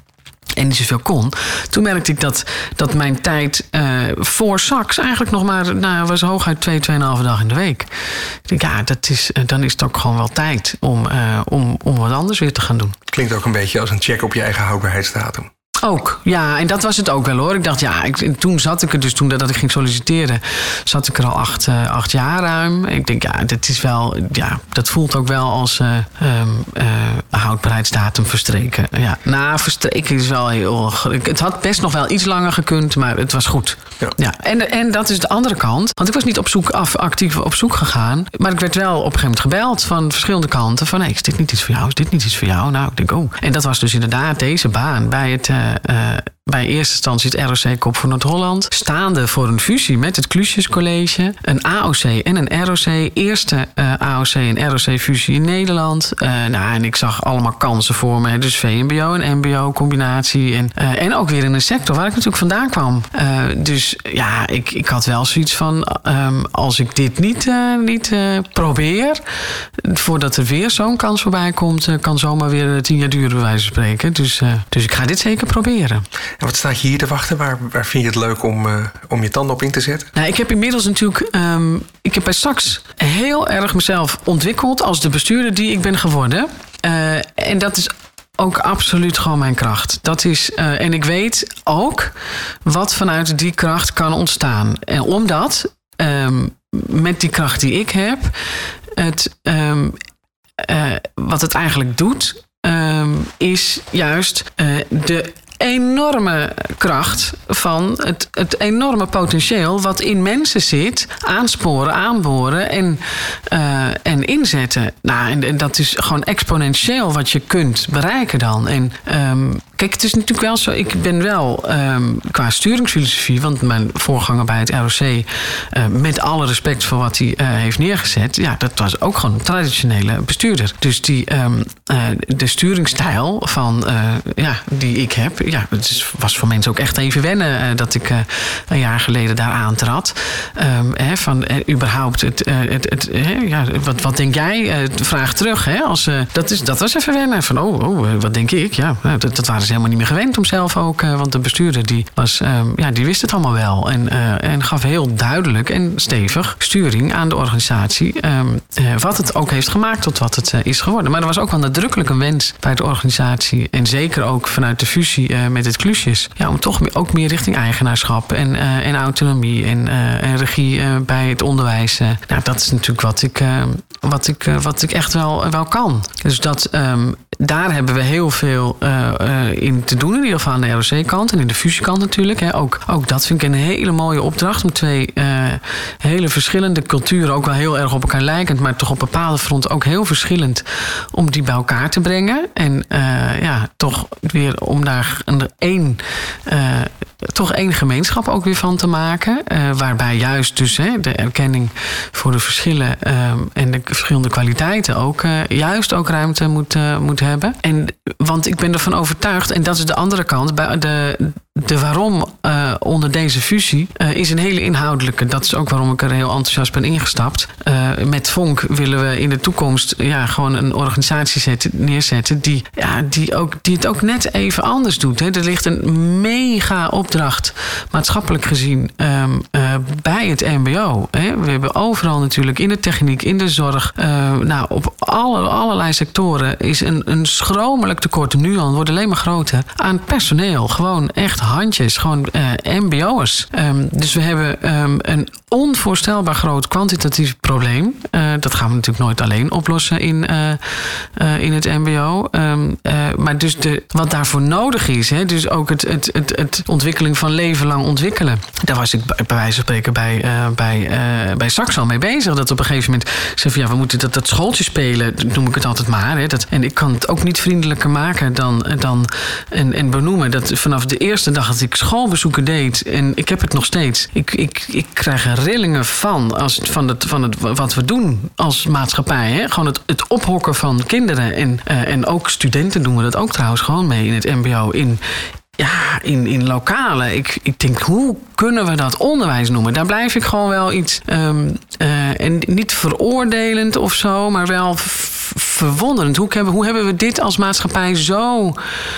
en niet zoveel kon. Toen merkte ik dat, dat mijn tijd uh, voor Sax eigenlijk nog maar... Nou, was hooguit twee, tweeënhalve dag in de week. Ik denk, ja, dat is, dan is het ook gewoon wel tijd om, uh, om, om wat anders weer te gaan doen. Klinkt ook een beetje als een check op je eigen houdbaarheidsdatum. Ook, ja, en dat was het ook wel hoor. Ik dacht, ja, ik, toen zat ik er dus, toen dat ik ging solliciteren... zat ik er al acht, uh, acht jaar ruim. Ik denk, ja, dat is wel, ja, dat voelt ook wel als uh, um, uh, houdbaarheidsdatum verstreken. Ja, nou, verstreken is wel heel... Het had best nog wel iets langer gekund, maar het was goed. Ja. Ja. En, en dat is de andere kant. Want ik was niet op zoek, af, actief op zoek gegaan. Maar ik werd wel op een gegeven moment gebeld van verschillende kanten. Van, hey, is dit niet iets voor jou? Is dit niet iets voor jou? Nou, ik denk, oh. En dat was dus inderdaad deze baan bij het... Uh, Uh, bij eerste instantie het R O C Kop voor Noord-Holland. Staande voor een fusie met het Clusiuscollege. Een A O C en een R O C. Eerste uh, A O C en R O C-fusie in Nederland. Uh, nou, en ik zag allemaal kansen voor me. Dus V M B O en M B O-combinatie. En, uh, en ook weer in een sector waar ik natuurlijk vandaan kwam. Uh, dus ja, ik, ik had wel zoiets van... Um, als ik dit niet, uh, niet uh, probeer... voordat er weer zo'n kans voorbij komt... Uh, kan zomaar weer tien jaar duren, bij wijze van spreken. Dus, uh, dus ik ga dit zeker proberen. En wat staat je hier te wachten? Waar, waar vind je het leuk om, uh, om je tanden op in te zetten? Nou, ik heb inmiddels natuurlijk... Um, ik heb bij Sax heel erg mezelf ontwikkeld... als de bestuurder die ik ben geworden. Uh, en dat is ook absoluut gewoon mijn kracht. Dat is, uh, en ik weet ook wat vanuit die kracht kan ontstaan. En omdat, um, met die kracht die ik heb... Het, um, uh, wat het eigenlijk doet... Um, is juist uh, de enorme kracht van het, het enorme potentieel... wat in mensen zit, aansporen, aanboren en, uh, en inzetten. Nou, en, en dat is gewoon exponentieel wat je kunt bereiken dan. En um, kijk, het is natuurlijk wel zo... Ik ben wel um, qua sturingsfilosofie... want mijn voorganger bij het R O C... Uh, met alle respect voor wat hij uh, heeft neergezet... ja, dat was ook gewoon een traditionele bestuurder. Dus die, um, uh, de sturingsstijl van, uh, ja, die ik heb... ja, het was voor mensen ook echt even wennen... Uh, dat ik uh, een jaar geleden daar aantrad. Um, hè, van uh, überhaupt... Het, uh, het, het, uh, ja, wat, wat denk jij? Uh, vraag terug. Hè, als, uh, dat, is, dat was even wennen. Van, oh, oh wat denk ik? Ja, dat, dat waren ze helemaal niet meer gewend om zelf ook... Uh, want de bestuurder die was, um, ja, die wist het allemaal wel. En, uh, en gaf heel duidelijk en stevig sturing aan de organisatie... Um, uh, wat het ook heeft gemaakt tot wat het uh, is geworden. Maar er was ook wel nadrukkelijk een wens bij de organisatie... en zeker ook vanuit de fusie uh, met het Clusius... Ja, om toch ook meer richting eigenaarschap en, uh, en autonomie... en, uh, en regie uh, bij het onderwijs. Uh, nou, dat is natuurlijk wat ik, uh, wat ik, uh, wat ik echt wel, wel kan. Dus dat... Um, Daar hebben we heel veel uh, uh, in te doen, in ieder geval aan de R O C-kant en in de fusiekant natuurlijk. Hè. Ook, ook dat vind ik een hele mooie opdracht om twee uh, hele verschillende culturen, ook wel heel erg op elkaar lijkend, maar toch op bepaalde fronten ook heel verschillend, om die bij elkaar te brengen. En uh, ja, toch weer om daar een één, uh, toch één gemeenschap ook weer van te maken. Uh, waarbij juist dus hè, de erkenning voor de verschillen uh, en de verschillende kwaliteiten ook uh, juist ook ruimte moet, uh, moet hebben. En, want ik ben ervan overtuigd, en dat is de andere kant, bij de, de waarom uh, onder deze fusie uh, is een hele inhoudelijke. Dat is ook waarom ik er heel enthousiast ben ingestapt. Uh, met Vonk willen we in de toekomst ja, gewoon een organisatie zetten, neerzetten die, ja, die, ook, die het ook net even anders doet. Hè. Er ligt een mega opdracht, maatschappelijk gezien, um, uh, bij het M B O. Hè. We hebben overal natuurlijk in de techniek, in de zorg, uh, nou, op alle, allerlei sectoren is een, een schromelijk tekort, nu al, het wordt alleen maar groter, aan personeel. Gewoon echt handjes, gewoon uh, M B O'ers. Um, dus we hebben um, een onvoorstelbaar groot kwantitatief probleem. Uh, dat gaan we natuurlijk nooit alleen oplossen in, uh, uh, in het M B O. Um, uh, maar dus de, wat daarvoor nodig is, hè, dus ook het, het, het, het ontwikkeling van leven lang ontwikkelen. Daar was ik bij wijze van spreken bij, uh, bij, uh, bij Sax al mee bezig. Dat op een gegeven moment zei van ja, we moeten dat, dat schooltje spelen, noem ik het altijd maar. Hè, dat, en ik kan het ook niet vriendelijker maken dan, dan en, en benoemen dat vanaf de eerste eerste dag dat ik schoolbezoeken deed... en ik heb het nog steeds... ik, ik, ik krijg er rillingen van, als, van, het, van het, wat we doen als maatschappij. Hè? Gewoon het, het ophokken van kinderen. En, uh, en ook studenten doen we dat ook trouwens gewoon mee in het mbo... in Ja, in, in lokalen. Ik, ik denk, hoe kunnen we dat onderwijs noemen? Daar blijf ik gewoon wel iets... Um, uh, en niet veroordelend of zo, maar wel v- verwonderend. Hoe hebben, hoe hebben we dit als maatschappij zo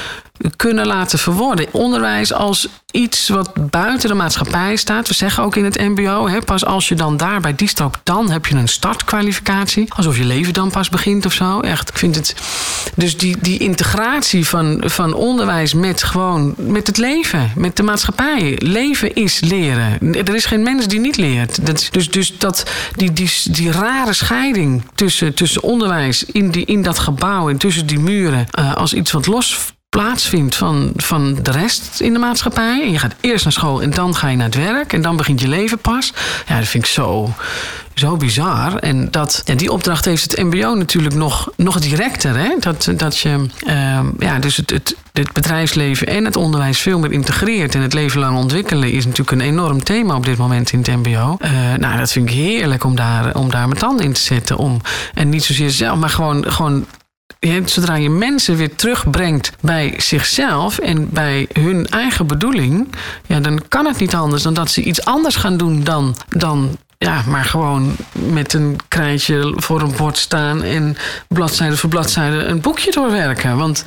kunnen laten verworden? Onderwijs als iets wat buiten de maatschappij staat. We zeggen ook in het mbo, hè, pas als je dan daar bij die stap... dan heb je een startkwalificatie. Alsof je leven dan pas begint of zo. Echt, ik vind het... Dus die, die integratie van, van onderwijs met gewoon... met het leven, met de maatschappij. Leven is leren. Er is geen mens die niet leert. Dat is, dus dus dat, die, die, die rare scheiding tussen, tussen onderwijs... In, die, in dat gebouw en tussen die muren... Uh, als iets wat los... plaatsvindt van, van de rest in de maatschappij. En je gaat eerst naar school en dan ga je naar het werk. En dan begint je leven pas. Ja, dat vind ik zo, zo bizar. En dat, ja, die opdracht heeft het mbo natuurlijk nog, nog directer. Hè? Dat, dat je uh, ja, dus het, het, het bedrijfsleven en het onderwijs veel meer integreert. En het leven lang ontwikkelen is natuurlijk een enorm thema op dit moment in het mbo. Uh, nou, dat vind ik heerlijk om daar, om daar mijn tanden in te zetten. Om, en niet zozeer zelf, maar gewoon... gewoon Ja, zodra je mensen weer terugbrengt bij zichzelf en bij hun eigen bedoeling... Ja, dan kan het niet anders dan dat ze iets anders gaan doen dan... dan ja, maar gewoon met een krijtje voor een bord staan... en bladzijde voor bladzijde een boekje doorwerken. Want...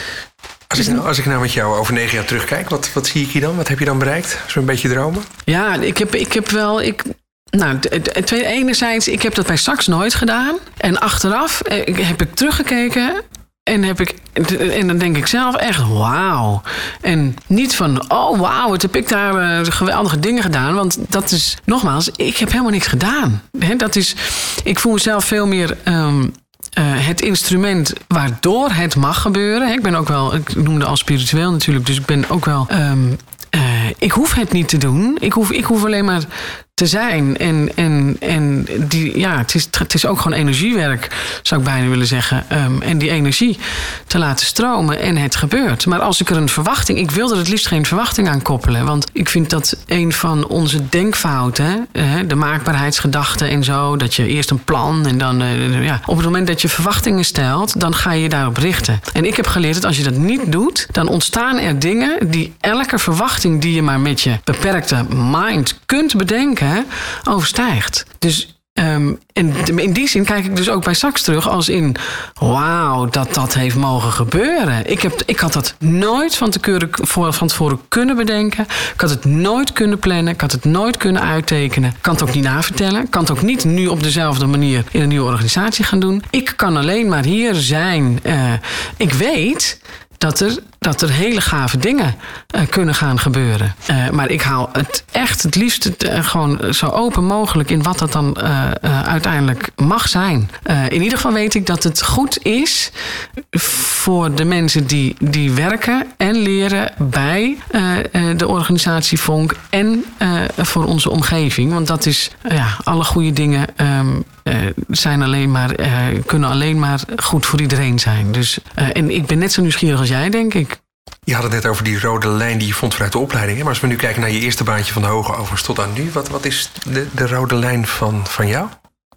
Als ik, nou, als ik nou met jou over negen jaar terugkijk, wat, wat zie ik hier dan? Wat heb je dan bereikt? Als we een beetje dromen? Ja, ik heb, ik heb wel... Ik, Nou, enerzijds, ik heb dat bij Sax nooit gedaan. En achteraf heb ik teruggekeken en, heb ik, en dan denk ik zelf echt, wauw. En niet van, oh wauw, wat heb ik daar uh, geweldige dingen gedaan. Want dat is, nogmaals, ik heb helemaal niks gedaan. He, dat is, ik voel mezelf veel meer... Um, Uh, het instrument waardoor het mag gebeuren. Ik ben ook wel, ik noemde al spiritueel natuurlijk, dus ik ben ook wel... Um, uh, ik hoef het niet te doen. Ik hoef, ik hoef alleen maar te zijn. En, en, en die, ja, het, is, het is ook gewoon energiewerk, zou ik bijna willen zeggen. Um, en die energie te laten stromen en het gebeurt. Maar als ik er een verwachting... Ik wil er het liefst geen verwachting aan koppelen. Want ik vind dat een van onze denkfouten... Hè, de maakbaarheidsgedachte en zo... dat je eerst een plan en dan... Uh, ja, op het moment dat je verwachtingen stelt... dan ga je je daarop richten. En ik heb geleerd dat als je dat niet doet... dan ontstaan er dingen die elke verwachting... die je maar met je beperkte mind kunt bedenken... overstijgt. Dus um, en in die zin kijk ik dus ook bij Sax terug als in... wauw, dat dat heeft mogen gebeuren. Ik, heb, ik had dat nooit van tevoren, van tevoren kunnen bedenken. Ik had het nooit kunnen plannen. Ik had het nooit kunnen uittekenen. Ik kan het ook niet navertellen. Ik kan het ook niet nu op dezelfde manier in een nieuwe organisatie gaan doen. Ik kan alleen maar hier zijn. Uh, ik weet... Dat er, dat er hele gave dingen uh, kunnen gaan gebeuren. Uh, maar ik haal het echt het liefst uh, gewoon zo open mogelijk... in wat dat dan uh, uh, uiteindelijk mag zijn. Uh, in ieder geval weet ik dat het goed is... voor de mensen die, die werken en leren bij uh, uh, de organisatie Vonk... en uh, voor onze omgeving. Want dat is, uh, ja, alle goede dingen... Um, Uh, zijn alleen maar, uh, kunnen alleen maar goed voor iedereen zijn. Dus, uh, en ik ben net zo nieuwsgierig als jij, denk ik. Je had het net over die rode lijn die je vond vanuit de opleiding. Hè? Maar als we nu kijken naar je eerste baantje van de hoge overs tot aan nu... wat, wat is de, de rode lijn van, van jou?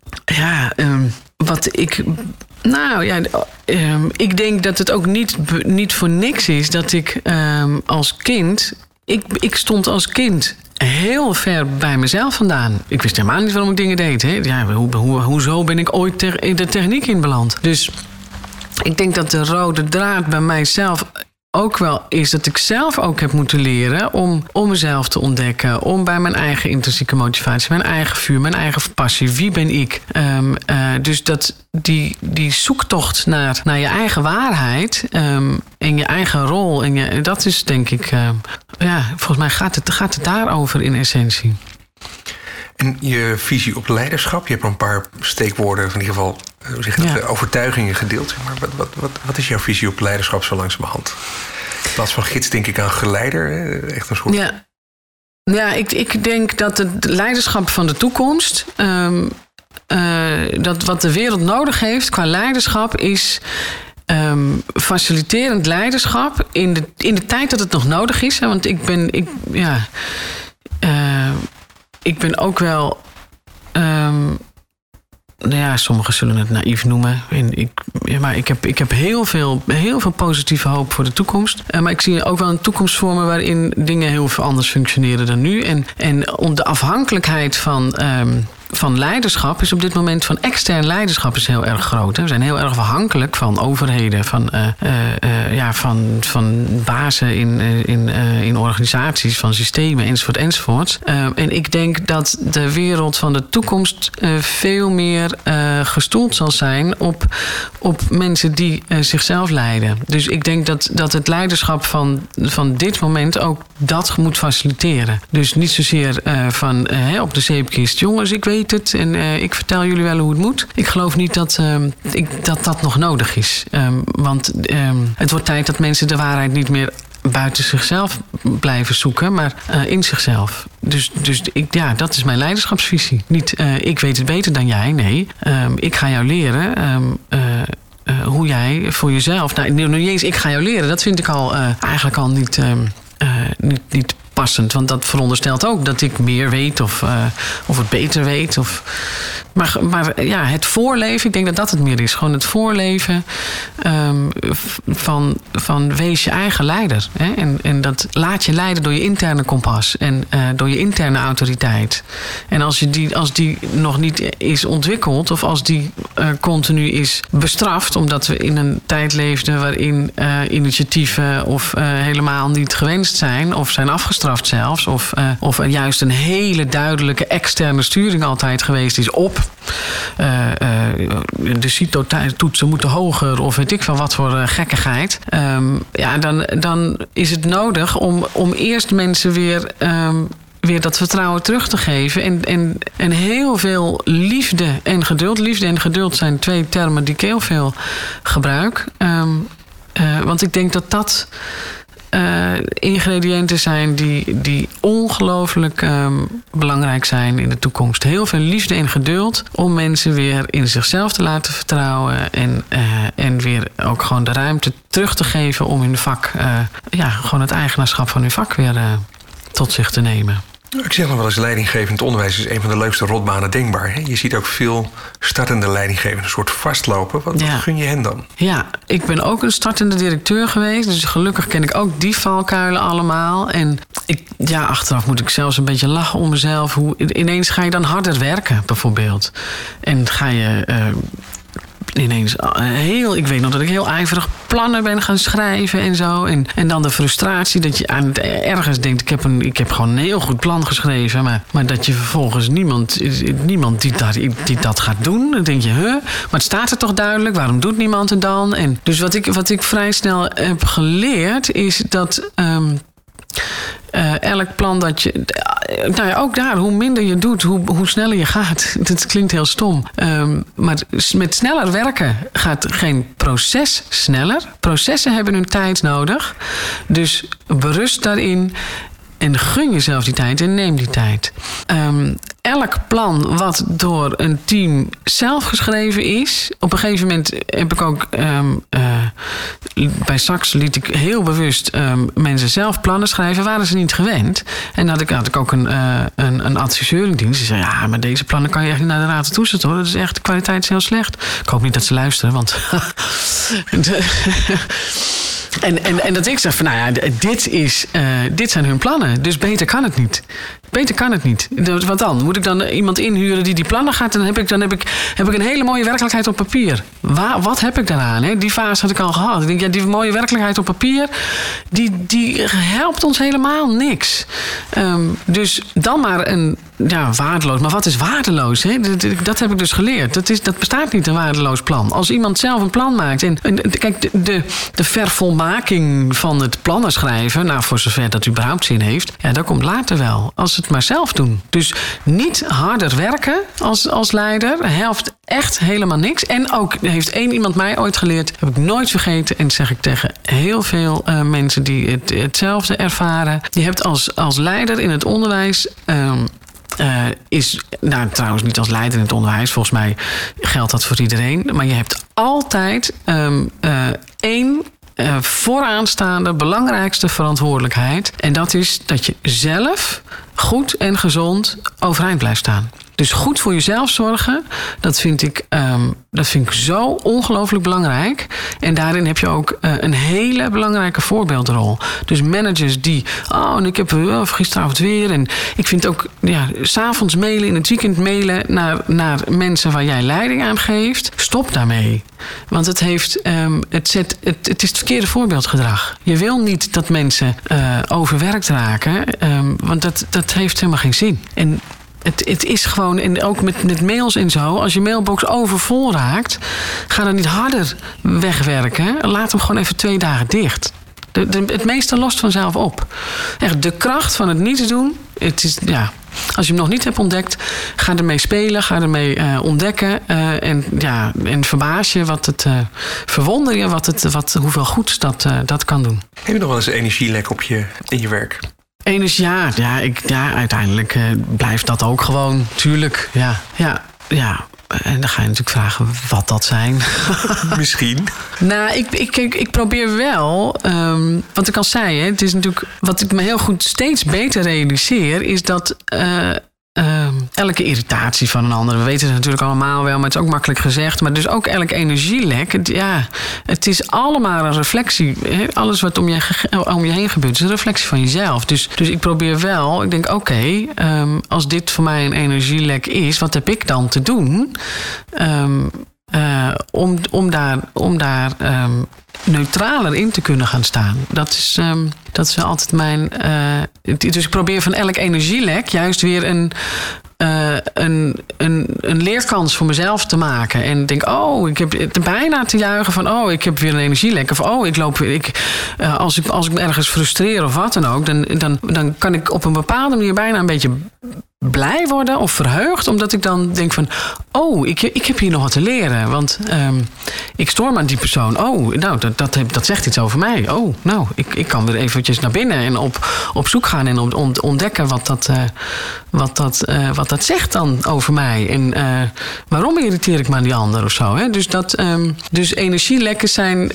Ja, um, wat ik... Nou ja, um, ik denk dat het ook niet, niet voor niks is... dat ik um, als kind... Ik, ik stond als kind... heel ver bij mezelf vandaan. Ik wist helemaal niet waarom ik dingen deed. Hè? Ja, hoe, hoe, hoezo ben ik ooit ter, in de techniek in beland? Dus ik denk dat de rode draad bij mijzelf ook wel is... dat ik zelf ook heb moeten leren om, om mezelf te ontdekken... om bij mijn eigen intrinsieke motivatie, mijn eigen vuur, mijn eigen passie... wie ben ik? Um, uh, dus dat die, die zoektocht naar, naar je eigen waarheid... Um, en je eigen rol, en je, dat is denk ik... Um, ja, volgens mij gaat het, gaat het daarover in essentie. En je visie op leiderschap, je hebt een paar steekwoorden... of in ieder geval hoe zeg je dat, ja. overtuigingen gedeeld. Maar wat, wat, wat, wat is jouw visie op leiderschap zo langzamerhand? In plaats van gids denk ik aan geleider. Echt een soort... Ja, ja ik, ik denk dat het leiderschap van de toekomst... Um, uh, dat wat de wereld nodig heeft qua leiderschap is... um, faciliterend leiderschap in de, in de tijd dat het nog nodig is. Hè, want ik ben, ik, ja, uh, ik ben ook wel... Um, Nou ja, sommigen zullen het naïef noemen. En ik, ja, maar ik heb, ik heb heel, veel, heel veel positieve hoop voor de toekomst. Uh, maar ik zie ook wel een toekomst voor me waarin dingen heel veel anders functioneren dan nu. En, en de afhankelijkheid van... Um, van leiderschap is op dit moment, van extern leiderschap is heel erg groot. Hè. We zijn heel erg afhankelijk van overheden, van, uh, uh, uh, ja, van, van bazen in, uh, in, uh, in organisaties, van systemen enzovoort enzovoort. Uh, en ik denk dat de wereld van de toekomst uh, veel meer uh, gestoeld zal zijn op, op mensen die uh, zichzelf leiden. Dus ik denk dat, dat het leiderschap van, van dit moment ook dat moet faciliteren. Dus niet zozeer uh, van uh, op de zeepkist, jongens, ik weet het en uh, ik vertel jullie wel hoe het moet. Ik geloof niet dat uh, ik, dat, dat nog nodig is. Um, want um, het wordt tijd dat mensen de waarheid niet meer buiten zichzelf blijven zoeken, maar uh, in zichzelf. Dus, dus ik, ja, dat is mijn leiderschapsvisie. Niet uh, ik weet het beter dan jij, nee. Um, ik ga jou leren... Um, uh, Uh, hoe jij voor jezelf... Nou, niet eens ik ga jou leren. Dat vind ik al uh, eigenlijk al niet, uh, uh, niet, niet passend. Want dat veronderstelt ook dat ik meer weet of, uh, of het beter weet. Of, maar, maar ja, het voorleven, ik denk dat dat het meer is. Gewoon het voorleven um, van, van wees je eigen leider. Hè? En, en dat laat je leiden door je interne kompas. En uh, door je interne autoriteit. En als, je die, als die nog niet is ontwikkeld... of als die uh, continu is bestraft... omdat we in een tijd leefden waarin uh, initiatieven... of uh, helemaal niet gewenst zijn... of zijn afgestraft zelfs... of, uh, of er juist een hele duidelijke externe sturing altijd geweest is op... Uh, uh, de CITO-toetsen moeten hoger... of weet ik van wat voor uh, gekkigheid. Um, ja, dan, dan is het nodig om, om eerst mensen weer... Um, weer dat vertrouwen terug te geven. En, en, en heel veel liefde en geduld. Liefde en geduld zijn twee termen die ik heel veel gebruik. Um, uh, want ik denk dat dat uh, ingrediënten zijn die, die ongelooflijk um, belangrijk zijn in de toekomst. Heel veel liefde en geduld om mensen weer in zichzelf te laten vertrouwen. En, uh, en weer ook gewoon de ruimte terug te geven om hun vak... Uh, ja, gewoon het eigenaarschap van hun vak weer... Uh, tot zich te nemen. Ik zeg nog wel eens, leidinggevend onderwijs is een van de leukste rotbanen denkbaar. Hè? Je ziet ook veel startende leidinggevenden een soort vastlopen. Wat, ja. wat gun je hen dan? Ja, ik ben ook een startende directeur geweest. Dus gelukkig ken ik ook die valkuilen allemaal. En ik, ja, achteraf moet ik zelfs een beetje lachen om mezelf. Hoe, ineens ga je dan harder werken, bijvoorbeeld. En ga je... Uh, ineens heel, ik weet nog dat ik heel ijverig plannen ben gaan schrijven en zo. En, en dan de frustratie dat je aan het ergens denkt, ik heb, een, ik heb gewoon een heel goed plan geschreven, maar, maar dat je vervolgens niemand, niemand die, dat, die dat gaat doen. Dan denk je, huh, maar het staat er toch duidelijk, waarom doet niemand het dan? En dus wat ik, wat ik vrij snel heb geleerd is dat... Um, Uh, elk plan dat je... Uh, nou ja, ook daar, hoe minder je doet, hoe, hoe sneller je gaat. Dat klinkt heel stom. Um, maar met sneller werken gaat geen proces sneller. Processen hebben hun tijd nodig. Dus berust daarin en gun jezelf die tijd en neem die tijd. Um, elk plan wat door een team zelf geschreven is... Op een gegeven moment heb ik ook... Um, uh, bij Saks liet ik heel bewust um, mensen zelf plannen schrijven. Waren ze niet gewend. En dan had ik, had ik ook een, uh, een, een adviseur in dienst. Die zei, ja, maar deze plannen kan je echt niet naar de raad toezetten, hoor. Dat is echt, de kwaliteit is heel slecht. Ik hoop niet dat ze luisteren, want... En, en, en dat ik zeg van, nou ja, dit, is, uh, dit zijn hun plannen. Dus beter kan het niet. Beter kan het niet. Wat dan? Moet ik dan iemand inhuren die die plannen gaat? Dan heb ik, dan heb ik, heb ik een hele mooie werkelijkheid op papier. Waar, wat heb ik daaraan? Hè? Die fase had ik al gehad. Ik denk, ja, die mooie werkelijkheid op papier... die, die helpt ons helemaal niks. Um, dus dan maar een... Ja, waardeloos. Maar wat is waardeloos? Hè? Dat, dat heb ik dus geleerd. Dat, is, dat bestaat niet, een waardeloos plan. Als iemand zelf een plan maakt... En, en kijk, de, de, de vervolmaking van het plannen schrijven... nou, voor zover dat überhaupt zin heeft... ja, dat komt later wel. Als ze het maar zelf doen. Dus niet harder werken als, als leider... helpt echt helemaal niks. En ook heeft één iemand mij ooit geleerd... heb ik nooit vergeten... en zeg ik tegen heel veel uh, mensen die het, hetzelfde ervaren... je hebt als, als leider in het onderwijs... Um, uh, is, nou trouwens niet als leider in het onderwijs. Volgens mij geldt dat voor iedereen. Maar je hebt altijd um, uh, één uh, vooraanstaande, belangrijkste verantwoordelijkheid. En dat is dat je zelf goed en gezond overeind blijft staan. Dus goed voor jezelf zorgen, dat vind ik, um, dat vind ik zo ongelooflijk belangrijk. En daarin heb je ook uh, een hele belangrijke voorbeeldrol. Dus managers die, oh, en ik heb uh, gisteravond weer. En ik vind ook, ja, 's avonds mailen, in het weekend mailen naar, naar mensen waar jij leiding aan geeft. Stop daarmee. Want het, heeft, um, het, zet, het, het is het verkeerde voorbeeldgedrag. Je wil niet dat mensen uh, overwerkt raken, um, want dat, dat heeft helemaal geen zin. En Het, het is gewoon, en ook met, met mails en zo, als je mailbox overvol raakt, ga dan niet harder wegwerken. Laat hem gewoon even twee dagen dicht. De, de, het meeste lost vanzelf op. Echt, de kracht van het niet te doen, het is, ja, als je hem nog niet hebt ontdekt, ga ermee spelen, ga ermee uh, ontdekken. Uh, en, ja, en verbaas je, wat het, uh, verwonder je wat het, wat, hoeveel goeds dat, uh, dat kan doen. Heb je nog wel eens energielek op je, in je werk? Energie, ja, ja, ik, ja uiteindelijk uh, blijft dat ook gewoon, tuurlijk. Ja, ja, ja. En dan ga je natuurlijk vragen wat dat zijn. Misschien. Nou, ik, ik, ik, ik probeer wel, um, wat ik al zei, hè, het is natuurlijk, wat ik me heel goed steeds beter realiseer, is dat Uh, Uh, elke irritatie van een ander, we weten het natuurlijk allemaal wel, maar het is ook makkelijk gezegd. Maar dus ook elk energielek, het, ja, het is allemaal een reflectie. He, alles wat om je, om je heen gebeurt, is een reflectie van jezelf. Dus, dus ik probeer wel, ik denk oké, okay, um, als dit voor mij een energielek is, wat heb ik dan te doen? Um, uh, om, om daar, om daar um, neutraler in te kunnen gaan staan. Dat is, um, dat is altijd mijn. Uh, dus ik probeer van elk energielek juist weer een, uh, een, een, een leerkans voor mezelf te maken. En denk, oh, ik heb bijna te juichen van, oh, ik heb weer een energielek. Of oh, ik loop weer. Ik, uh, als, ik, als ik me ergens frustreer of wat dan ook, dan, dan, dan kan ik op een bepaalde manier bijna een beetje blij worden of verheugd, omdat ik dan denk van, oh, ik, ik heb hier nog wat te leren. Want um, ik stoor me aan die persoon. Oh, nou, dat, dat, dat zegt iets over mij. Oh, nou, ik, ik kan weer eventjes naar binnen en op, op zoek gaan en op, ontdekken wat dat, uh, wat, dat, uh, wat dat zegt dan over mij. En uh, waarom irriteer ik me aan die ander of zo. Hè? Dus, dat, um, dus energielekken zijn,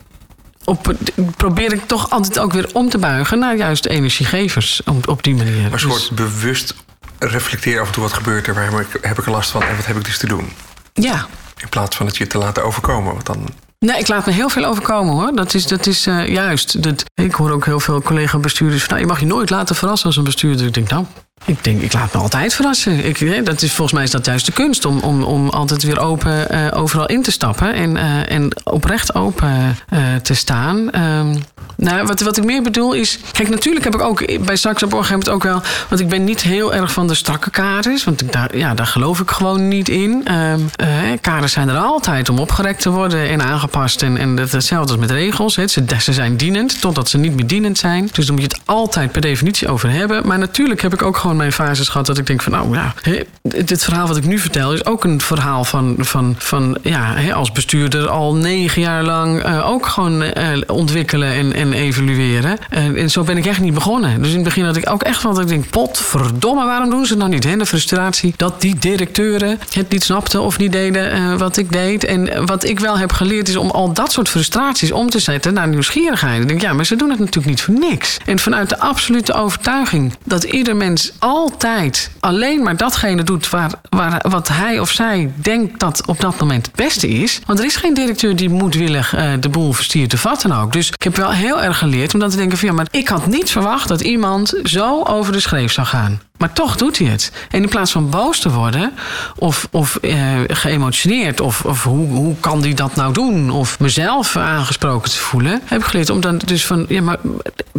Op, probeer ik toch altijd ook weer om te buigen naar juist energiegevers op, op die manier. Maar een soort dus bewust reflecteer af en toe wat gebeurt er, waar heb ik er last van en wat heb ik dus te doen? Ja. In plaats van het je te laten overkomen. Want dan Nee, ik laat me heel veel overkomen, hoor. Dat is, dat is uh, juist. Dat, ik hoor ook heel veel collega-bestuurders van, nou, je mag je nooit laten verrassen als een bestuurder. Ik denk, nou, ik denk, ik laat me altijd verrassen. Ik, dat is, volgens mij is dat juist de kunst, om, om, om altijd weer open uh, overal in te stappen en, uh, en oprecht open uh, te staan. Um, nou, wat, wat ik meer bedoel is, kijk, natuurlijk heb ik ook bij Saxo op een gegeven moment ook wel, want ik ben niet heel erg van de strakke kaders, want ik, daar, ja, daar geloof ik gewoon niet in. Um, uh, kaders zijn er altijd om opgerekt te worden en aangepast en, en hetzelfde als met regels. He. Ze, ze zijn dienend totdat ze niet meer dienend zijn. Dus dan moet je het altijd per definitie over hebben. Maar natuurlijk heb ik ook gewoon mijn fases gehad dat ik denk van, nou ja, he, dit verhaal wat ik nu vertel is ook een verhaal van, van, van ja, he, als bestuurder al negen jaar lang uh, ook gewoon uh, ontwikkelen en, en evalueren. Uh, en zo ben ik echt niet begonnen. Dus in het begin had ik ook echt van dat ik denk, potverdomme, waarom doen ze het nou niet? He? De frustratie dat die directeuren het niet snapten of niet deden uh, wat ik deed. En wat ik wel heb geleerd is om al dat soort frustraties om te zetten naar nieuwsgierigheid. Ik denk, ja, maar ze doen het natuurlijk niet voor niks. En vanuit de absolute overtuiging dat ieder mens altijd alleen maar datgene doet waar, waar, wat hij of zij denkt dat op dat moment het beste is. Want er is geen directeur die moedwillig uh, de boel verstiert of wat dan ook. Dus ik heb wel heel erg geleerd om dan te denken van, ja, maar ik had niet verwacht dat iemand zo over de schreef zou gaan. Maar toch doet hij het. En in plaats van boos te worden of, of uh, geëmotioneerd of, of hoe, hoe kan die dat nou doen of mezelf aangesproken te voelen, heb ik geleerd om dan dus van, ja, maar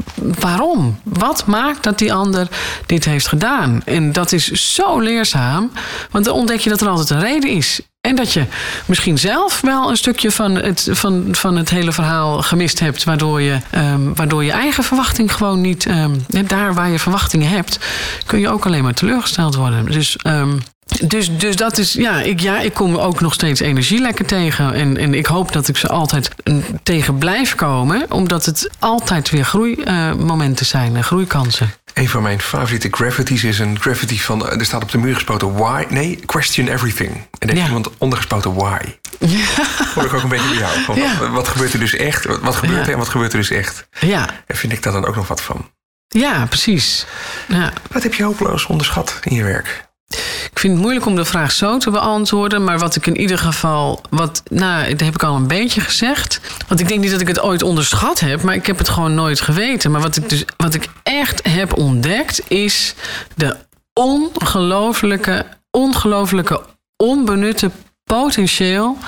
waarom? Wat maakt dat die ander dit heeft gedaan? En dat is zo leerzaam, want dan ontdek je dat er altijd een reden is. En dat je misschien zelf wel een stukje van het, van, van het hele verhaal gemist hebt, waardoor je, um, waardoor je eigen verwachting gewoon niet, um, daar waar je verwachtingen hebt, kun je ook alleen maar teleurgesteld worden. Dus um, Dus, dus dat is, ja ik, ja, ik kom ook nog steeds energielekken tegen. En, en ik hoop dat ik ze altijd tegen blijf komen. Omdat het altijd weer groeimomenten uh, zijn, groeikansen. Een van mijn favoriete graffitis is een graffiti van... er staat op de muur gespoten why... Nee, question everything. En daar heeft ja. iemand ondergespoten why. Ja. Hoor ik ook een beetje bij jou. Van, ja. wat, wat gebeurt er dus echt? Wat gebeurt ja. er en wat gebeurt er dus echt? Ja. En vind ik daar dan ook nog wat van. Ja, precies. Ja. Wat heb je hopeloos onderschat in je werk? Ik vind het moeilijk om de vraag zo te beantwoorden. Maar wat ik in ieder geval... Wat, nou, dat heb ik al een beetje gezegd. Want ik denk niet dat ik het ooit onderschat heb. Maar ik heb het gewoon nooit geweten. Maar wat ik, dus, wat ik echt heb ontdekt... is de ongelooflijke, ongelooflijke onbenutte potentieel...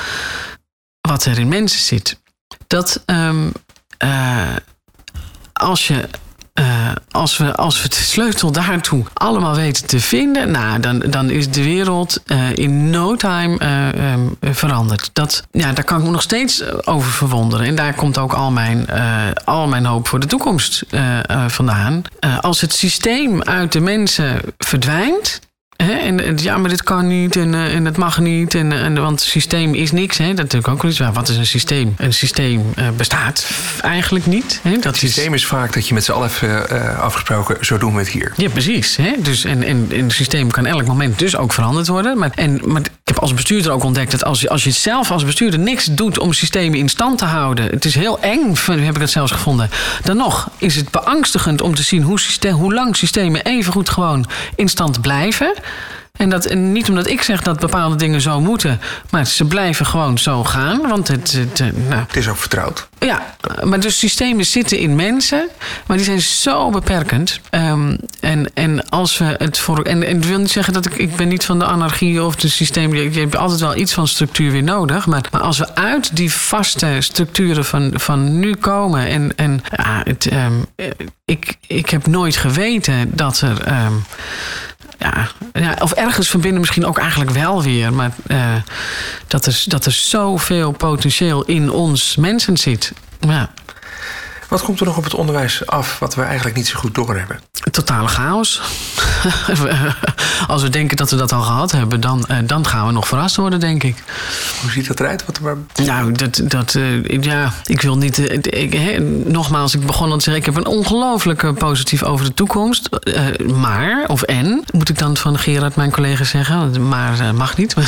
wat er in mensen zit. Dat um, uh, als je... Uh, als, we, als we de sleutel daartoe allemaal weten te vinden... Nou, dan, dan is de wereld uh, in no time uh, um, veranderd. Dat, ja, daar kan ik me nog steeds over verwonderen. En daar komt ook al mijn, uh, al mijn hoop voor de toekomst uh, uh, vandaan. Uh, als het systeem uit de mensen verdwijnt... He, en ja, maar dit kan niet en, uh, en het mag niet. En, en, want het systeem is niks. Hè? Dat is natuurlijk ook wel iets. Wat is een systeem? Een systeem uh, bestaat eigenlijk niet. Hè? Dat het systeem is... is vaak dat je met z'n allen heeft uh, afgesproken... zo doen we het hier. Ja, precies. Hè? Dus, en, en, en het systeem kan elk moment dus ook veranderd worden. Maar, en, maar ik heb als bestuurder ook ontdekt... dat als je, als je zelf als bestuurder niks doet om systemen in stand te houden... het is heel eng, heb ik het zelfs gevonden. Dan nog is het beangstigend om te zien... hoe, systeem, hoe lang systemen evengoed gewoon in stand blijven... En, dat, en niet omdat ik zeg dat bepaalde dingen zo moeten... maar ze blijven gewoon zo gaan. Want het, het, nou, het is ook vertrouwd. Ja, maar dus systemen zitten in mensen... maar die zijn zo beperkend. Um, en, en als we het voor... En, en ik wil niet zeggen dat ik... ik ben niet van de anarchie of de systemen... je hebt altijd wel iets van structuur weer nodig. Maar, maar als we uit die vaste structuren van, van nu komen... en, en ja, het, um, ik, ik heb nooit geweten dat er... Um, Ja, ja, of ergens verbinden misschien ook eigenlijk wel weer. Maar uh, dat, er, dat er zoveel potentieel in ons mensen zit. Ja. Wat komt er nog op het onderwijs af wat we eigenlijk niet zo goed doorhebben? Totale chaos. Als we denken dat we dat al gehad hebben, dan, uh, dan gaan we nog verrast worden, denk ik. Hoe ziet dat eruit? Wat er maar... Nou, dat, dat, uh, ja, ik wil niet... Uh, ik, he, nogmaals, ik begon al te zeggen... ik heb een ongelooflijke positief over de toekomst. Uh, maar, of en, moet ik dan van Gerard, mijn collega, zeggen. Maar uh, mag niet.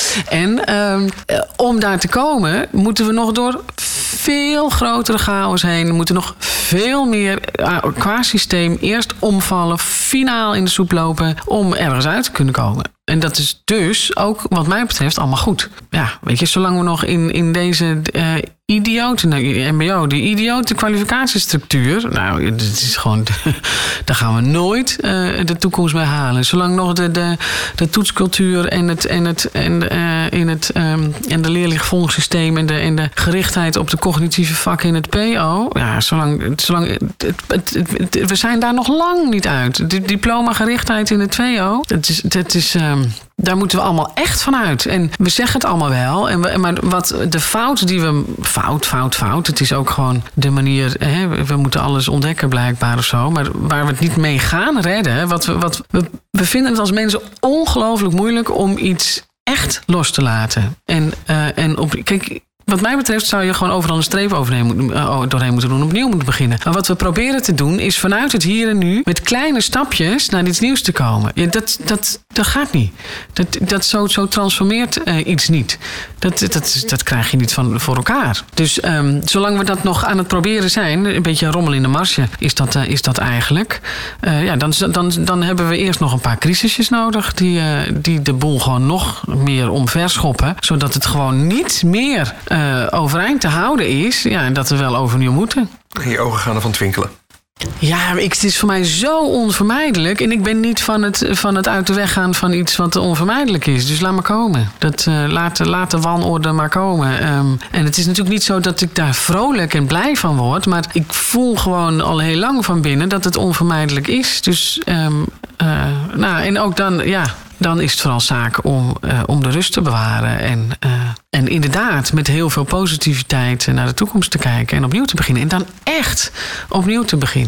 en uh, uh, om daar te komen, moeten we nog door veel grotere chaos heen. We moeten nog veel meer uh, qua systeem eerst omvallen, finaal in de soep lopen, om ergens uit te kunnen komen. En dat is dus ook, wat mij betreft, allemaal goed. Ja, weet je, zolang we nog in, in deze uh, idiote, nou, M B O, die idiote kwalificatiestructuur, nou, het is gewoon, daar gaan we nooit uh, de toekomst bij halen. Zolang nog de, de, de toetscultuur en het, en het, en, uh, in het, um, en de leerlingvolgsysteem en de, en de gerichtheid op de cognitieve vakken in het P O, ja, zolang, zolang het, het, het, het, we zijn daar nog lang niet uit. De diploma-gerichtheid in het twee O, het is, het is um, daar moeten we allemaal echt van uit. En we zeggen het allemaal wel. En we, maar wat de fout die we... Fout, fout, fout. Het is ook gewoon de manier... Hè, we moeten alles ontdekken blijkbaar of zo. Maar waar we het niet mee gaan redden... Wat we, wat, we, we vinden het als mensen ongelooflijk moeilijk... om iets echt los te laten. En, uh, en op... Kijk... Wat mij betreft zou je gewoon overal een streep overheen, uh, doorheen moeten doen, opnieuw moeten beginnen. Maar wat we proberen te doen, is vanuit het hier en nu met kleine stapjes naar iets nieuws te komen. Ja, dat, dat, dat gaat niet. Dat, dat zo, zo transformeert uh, iets niet. Dat, dat, dat krijg je niet van, voor elkaar. Dus um, zolang we dat nog aan het proberen zijn, een beetje een rommel in de marge is dat, uh, is dat eigenlijk. Uh, ja, dan, dan, dan hebben we eerst nog een paar crisisjes nodig die, uh, die de boel gewoon nog meer omverschoppen. Zodat het gewoon niet meer uh, Uh, overeind te houden is, ja, en dat we wel overnieuw moeten. Je ogen gaan ervan twinkelen. Ja, ik, het is voor mij zo onvermijdelijk. En ik ben niet van het, van het uit de weg gaan van iets wat onvermijdelijk is. Dus laat maar komen. Dat, uh, laat, laat de wanorde maar komen. Um, en het is natuurlijk niet zo dat ik daar vrolijk en blij van word. Maar ik voel gewoon al heel lang van binnen dat het onvermijdelijk is. Dus, um, uh, nou, en ook dan, ja... dan is het vooral zaak om, uh, om de rust te bewaren. En, uh, en inderdaad met heel veel positiviteit naar de toekomst te kijken en opnieuw te beginnen. En dan echt opnieuw te beginnen.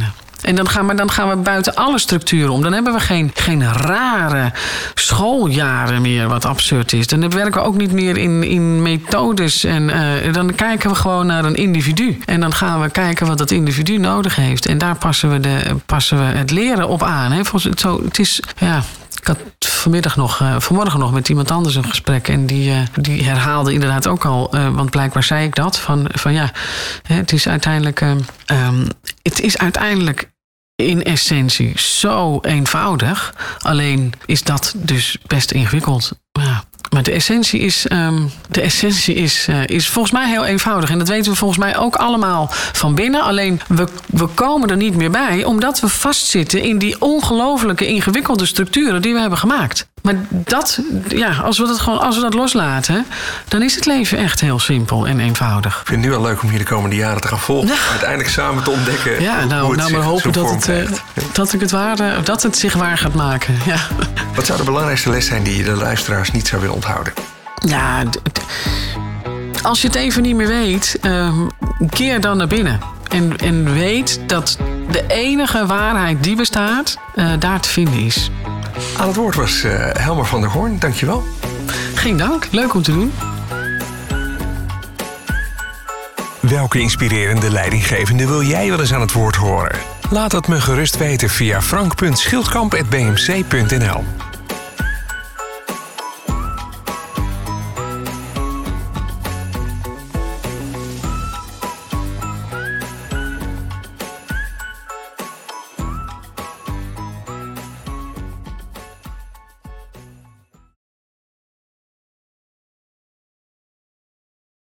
En dan gaan we, dan gaan we buiten alle structuren om. Dan hebben we geen, geen rare schooljaren meer, wat absurd is. Dan werken we ook niet meer in, in methodes. En uh, dan kijken we gewoon naar een individu. En dan gaan we kijken wat dat individu nodig heeft. En daar passen we, de, passen we het leren op aan. Hè. Volgens, het, zo, het is, ja... Ik had vanmiddag nog, uh, vanmorgen nog met iemand anders een gesprek. En die, uh, die herhaalde inderdaad ook al. Uh, want blijkbaar zei ik dat. Van, van ja, hè, het is uiteindelijk. Uh, um, het is uiteindelijk in essentie zo eenvoudig. Alleen is dat dus best ingewikkeld. Ja. Maar de essentie is, um, de essentie is, uh, is volgens mij heel eenvoudig. En dat weten we volgens mij ook allemaal van binnen. Alleen we, we komen er niet meer bij, omdat we vastzitten in die ongelooflijke ingewikkelde structuren die we hebben gemaakt. Maar dat, ja, als we dat gewoon, als we dat loslaten, dan is het leven echt heel simpel en eenvoudig. Ik vind het nu al leuk om hier de komende jaren te gaan volgen. Ja. Uiteindelijk samen te ontdekken. Ja, nou, hoe het nou maar hopen dat het, uh, dat, ik het waar, dat het zich waar gaat maken. Ja. Wat zou de belangrijkste les zijn die je de luisteraars niet zou willen onthouden? Ja, d- d- als je het even niet meer weet, uh, keer dan naar binnen. En, en weet dat de enige waarheid die bestaat, uh, daar te vinden is. Aan het woord was uh, Helmer van der Hoorn. Dankjewel. Geen dank. Leuk om te doen. Welke inspirerende leidinggevende wil jij wel eens aan het woord horen? Laat het me gerust weten via frank punt schildkamp apenstaartje b m c punt n l.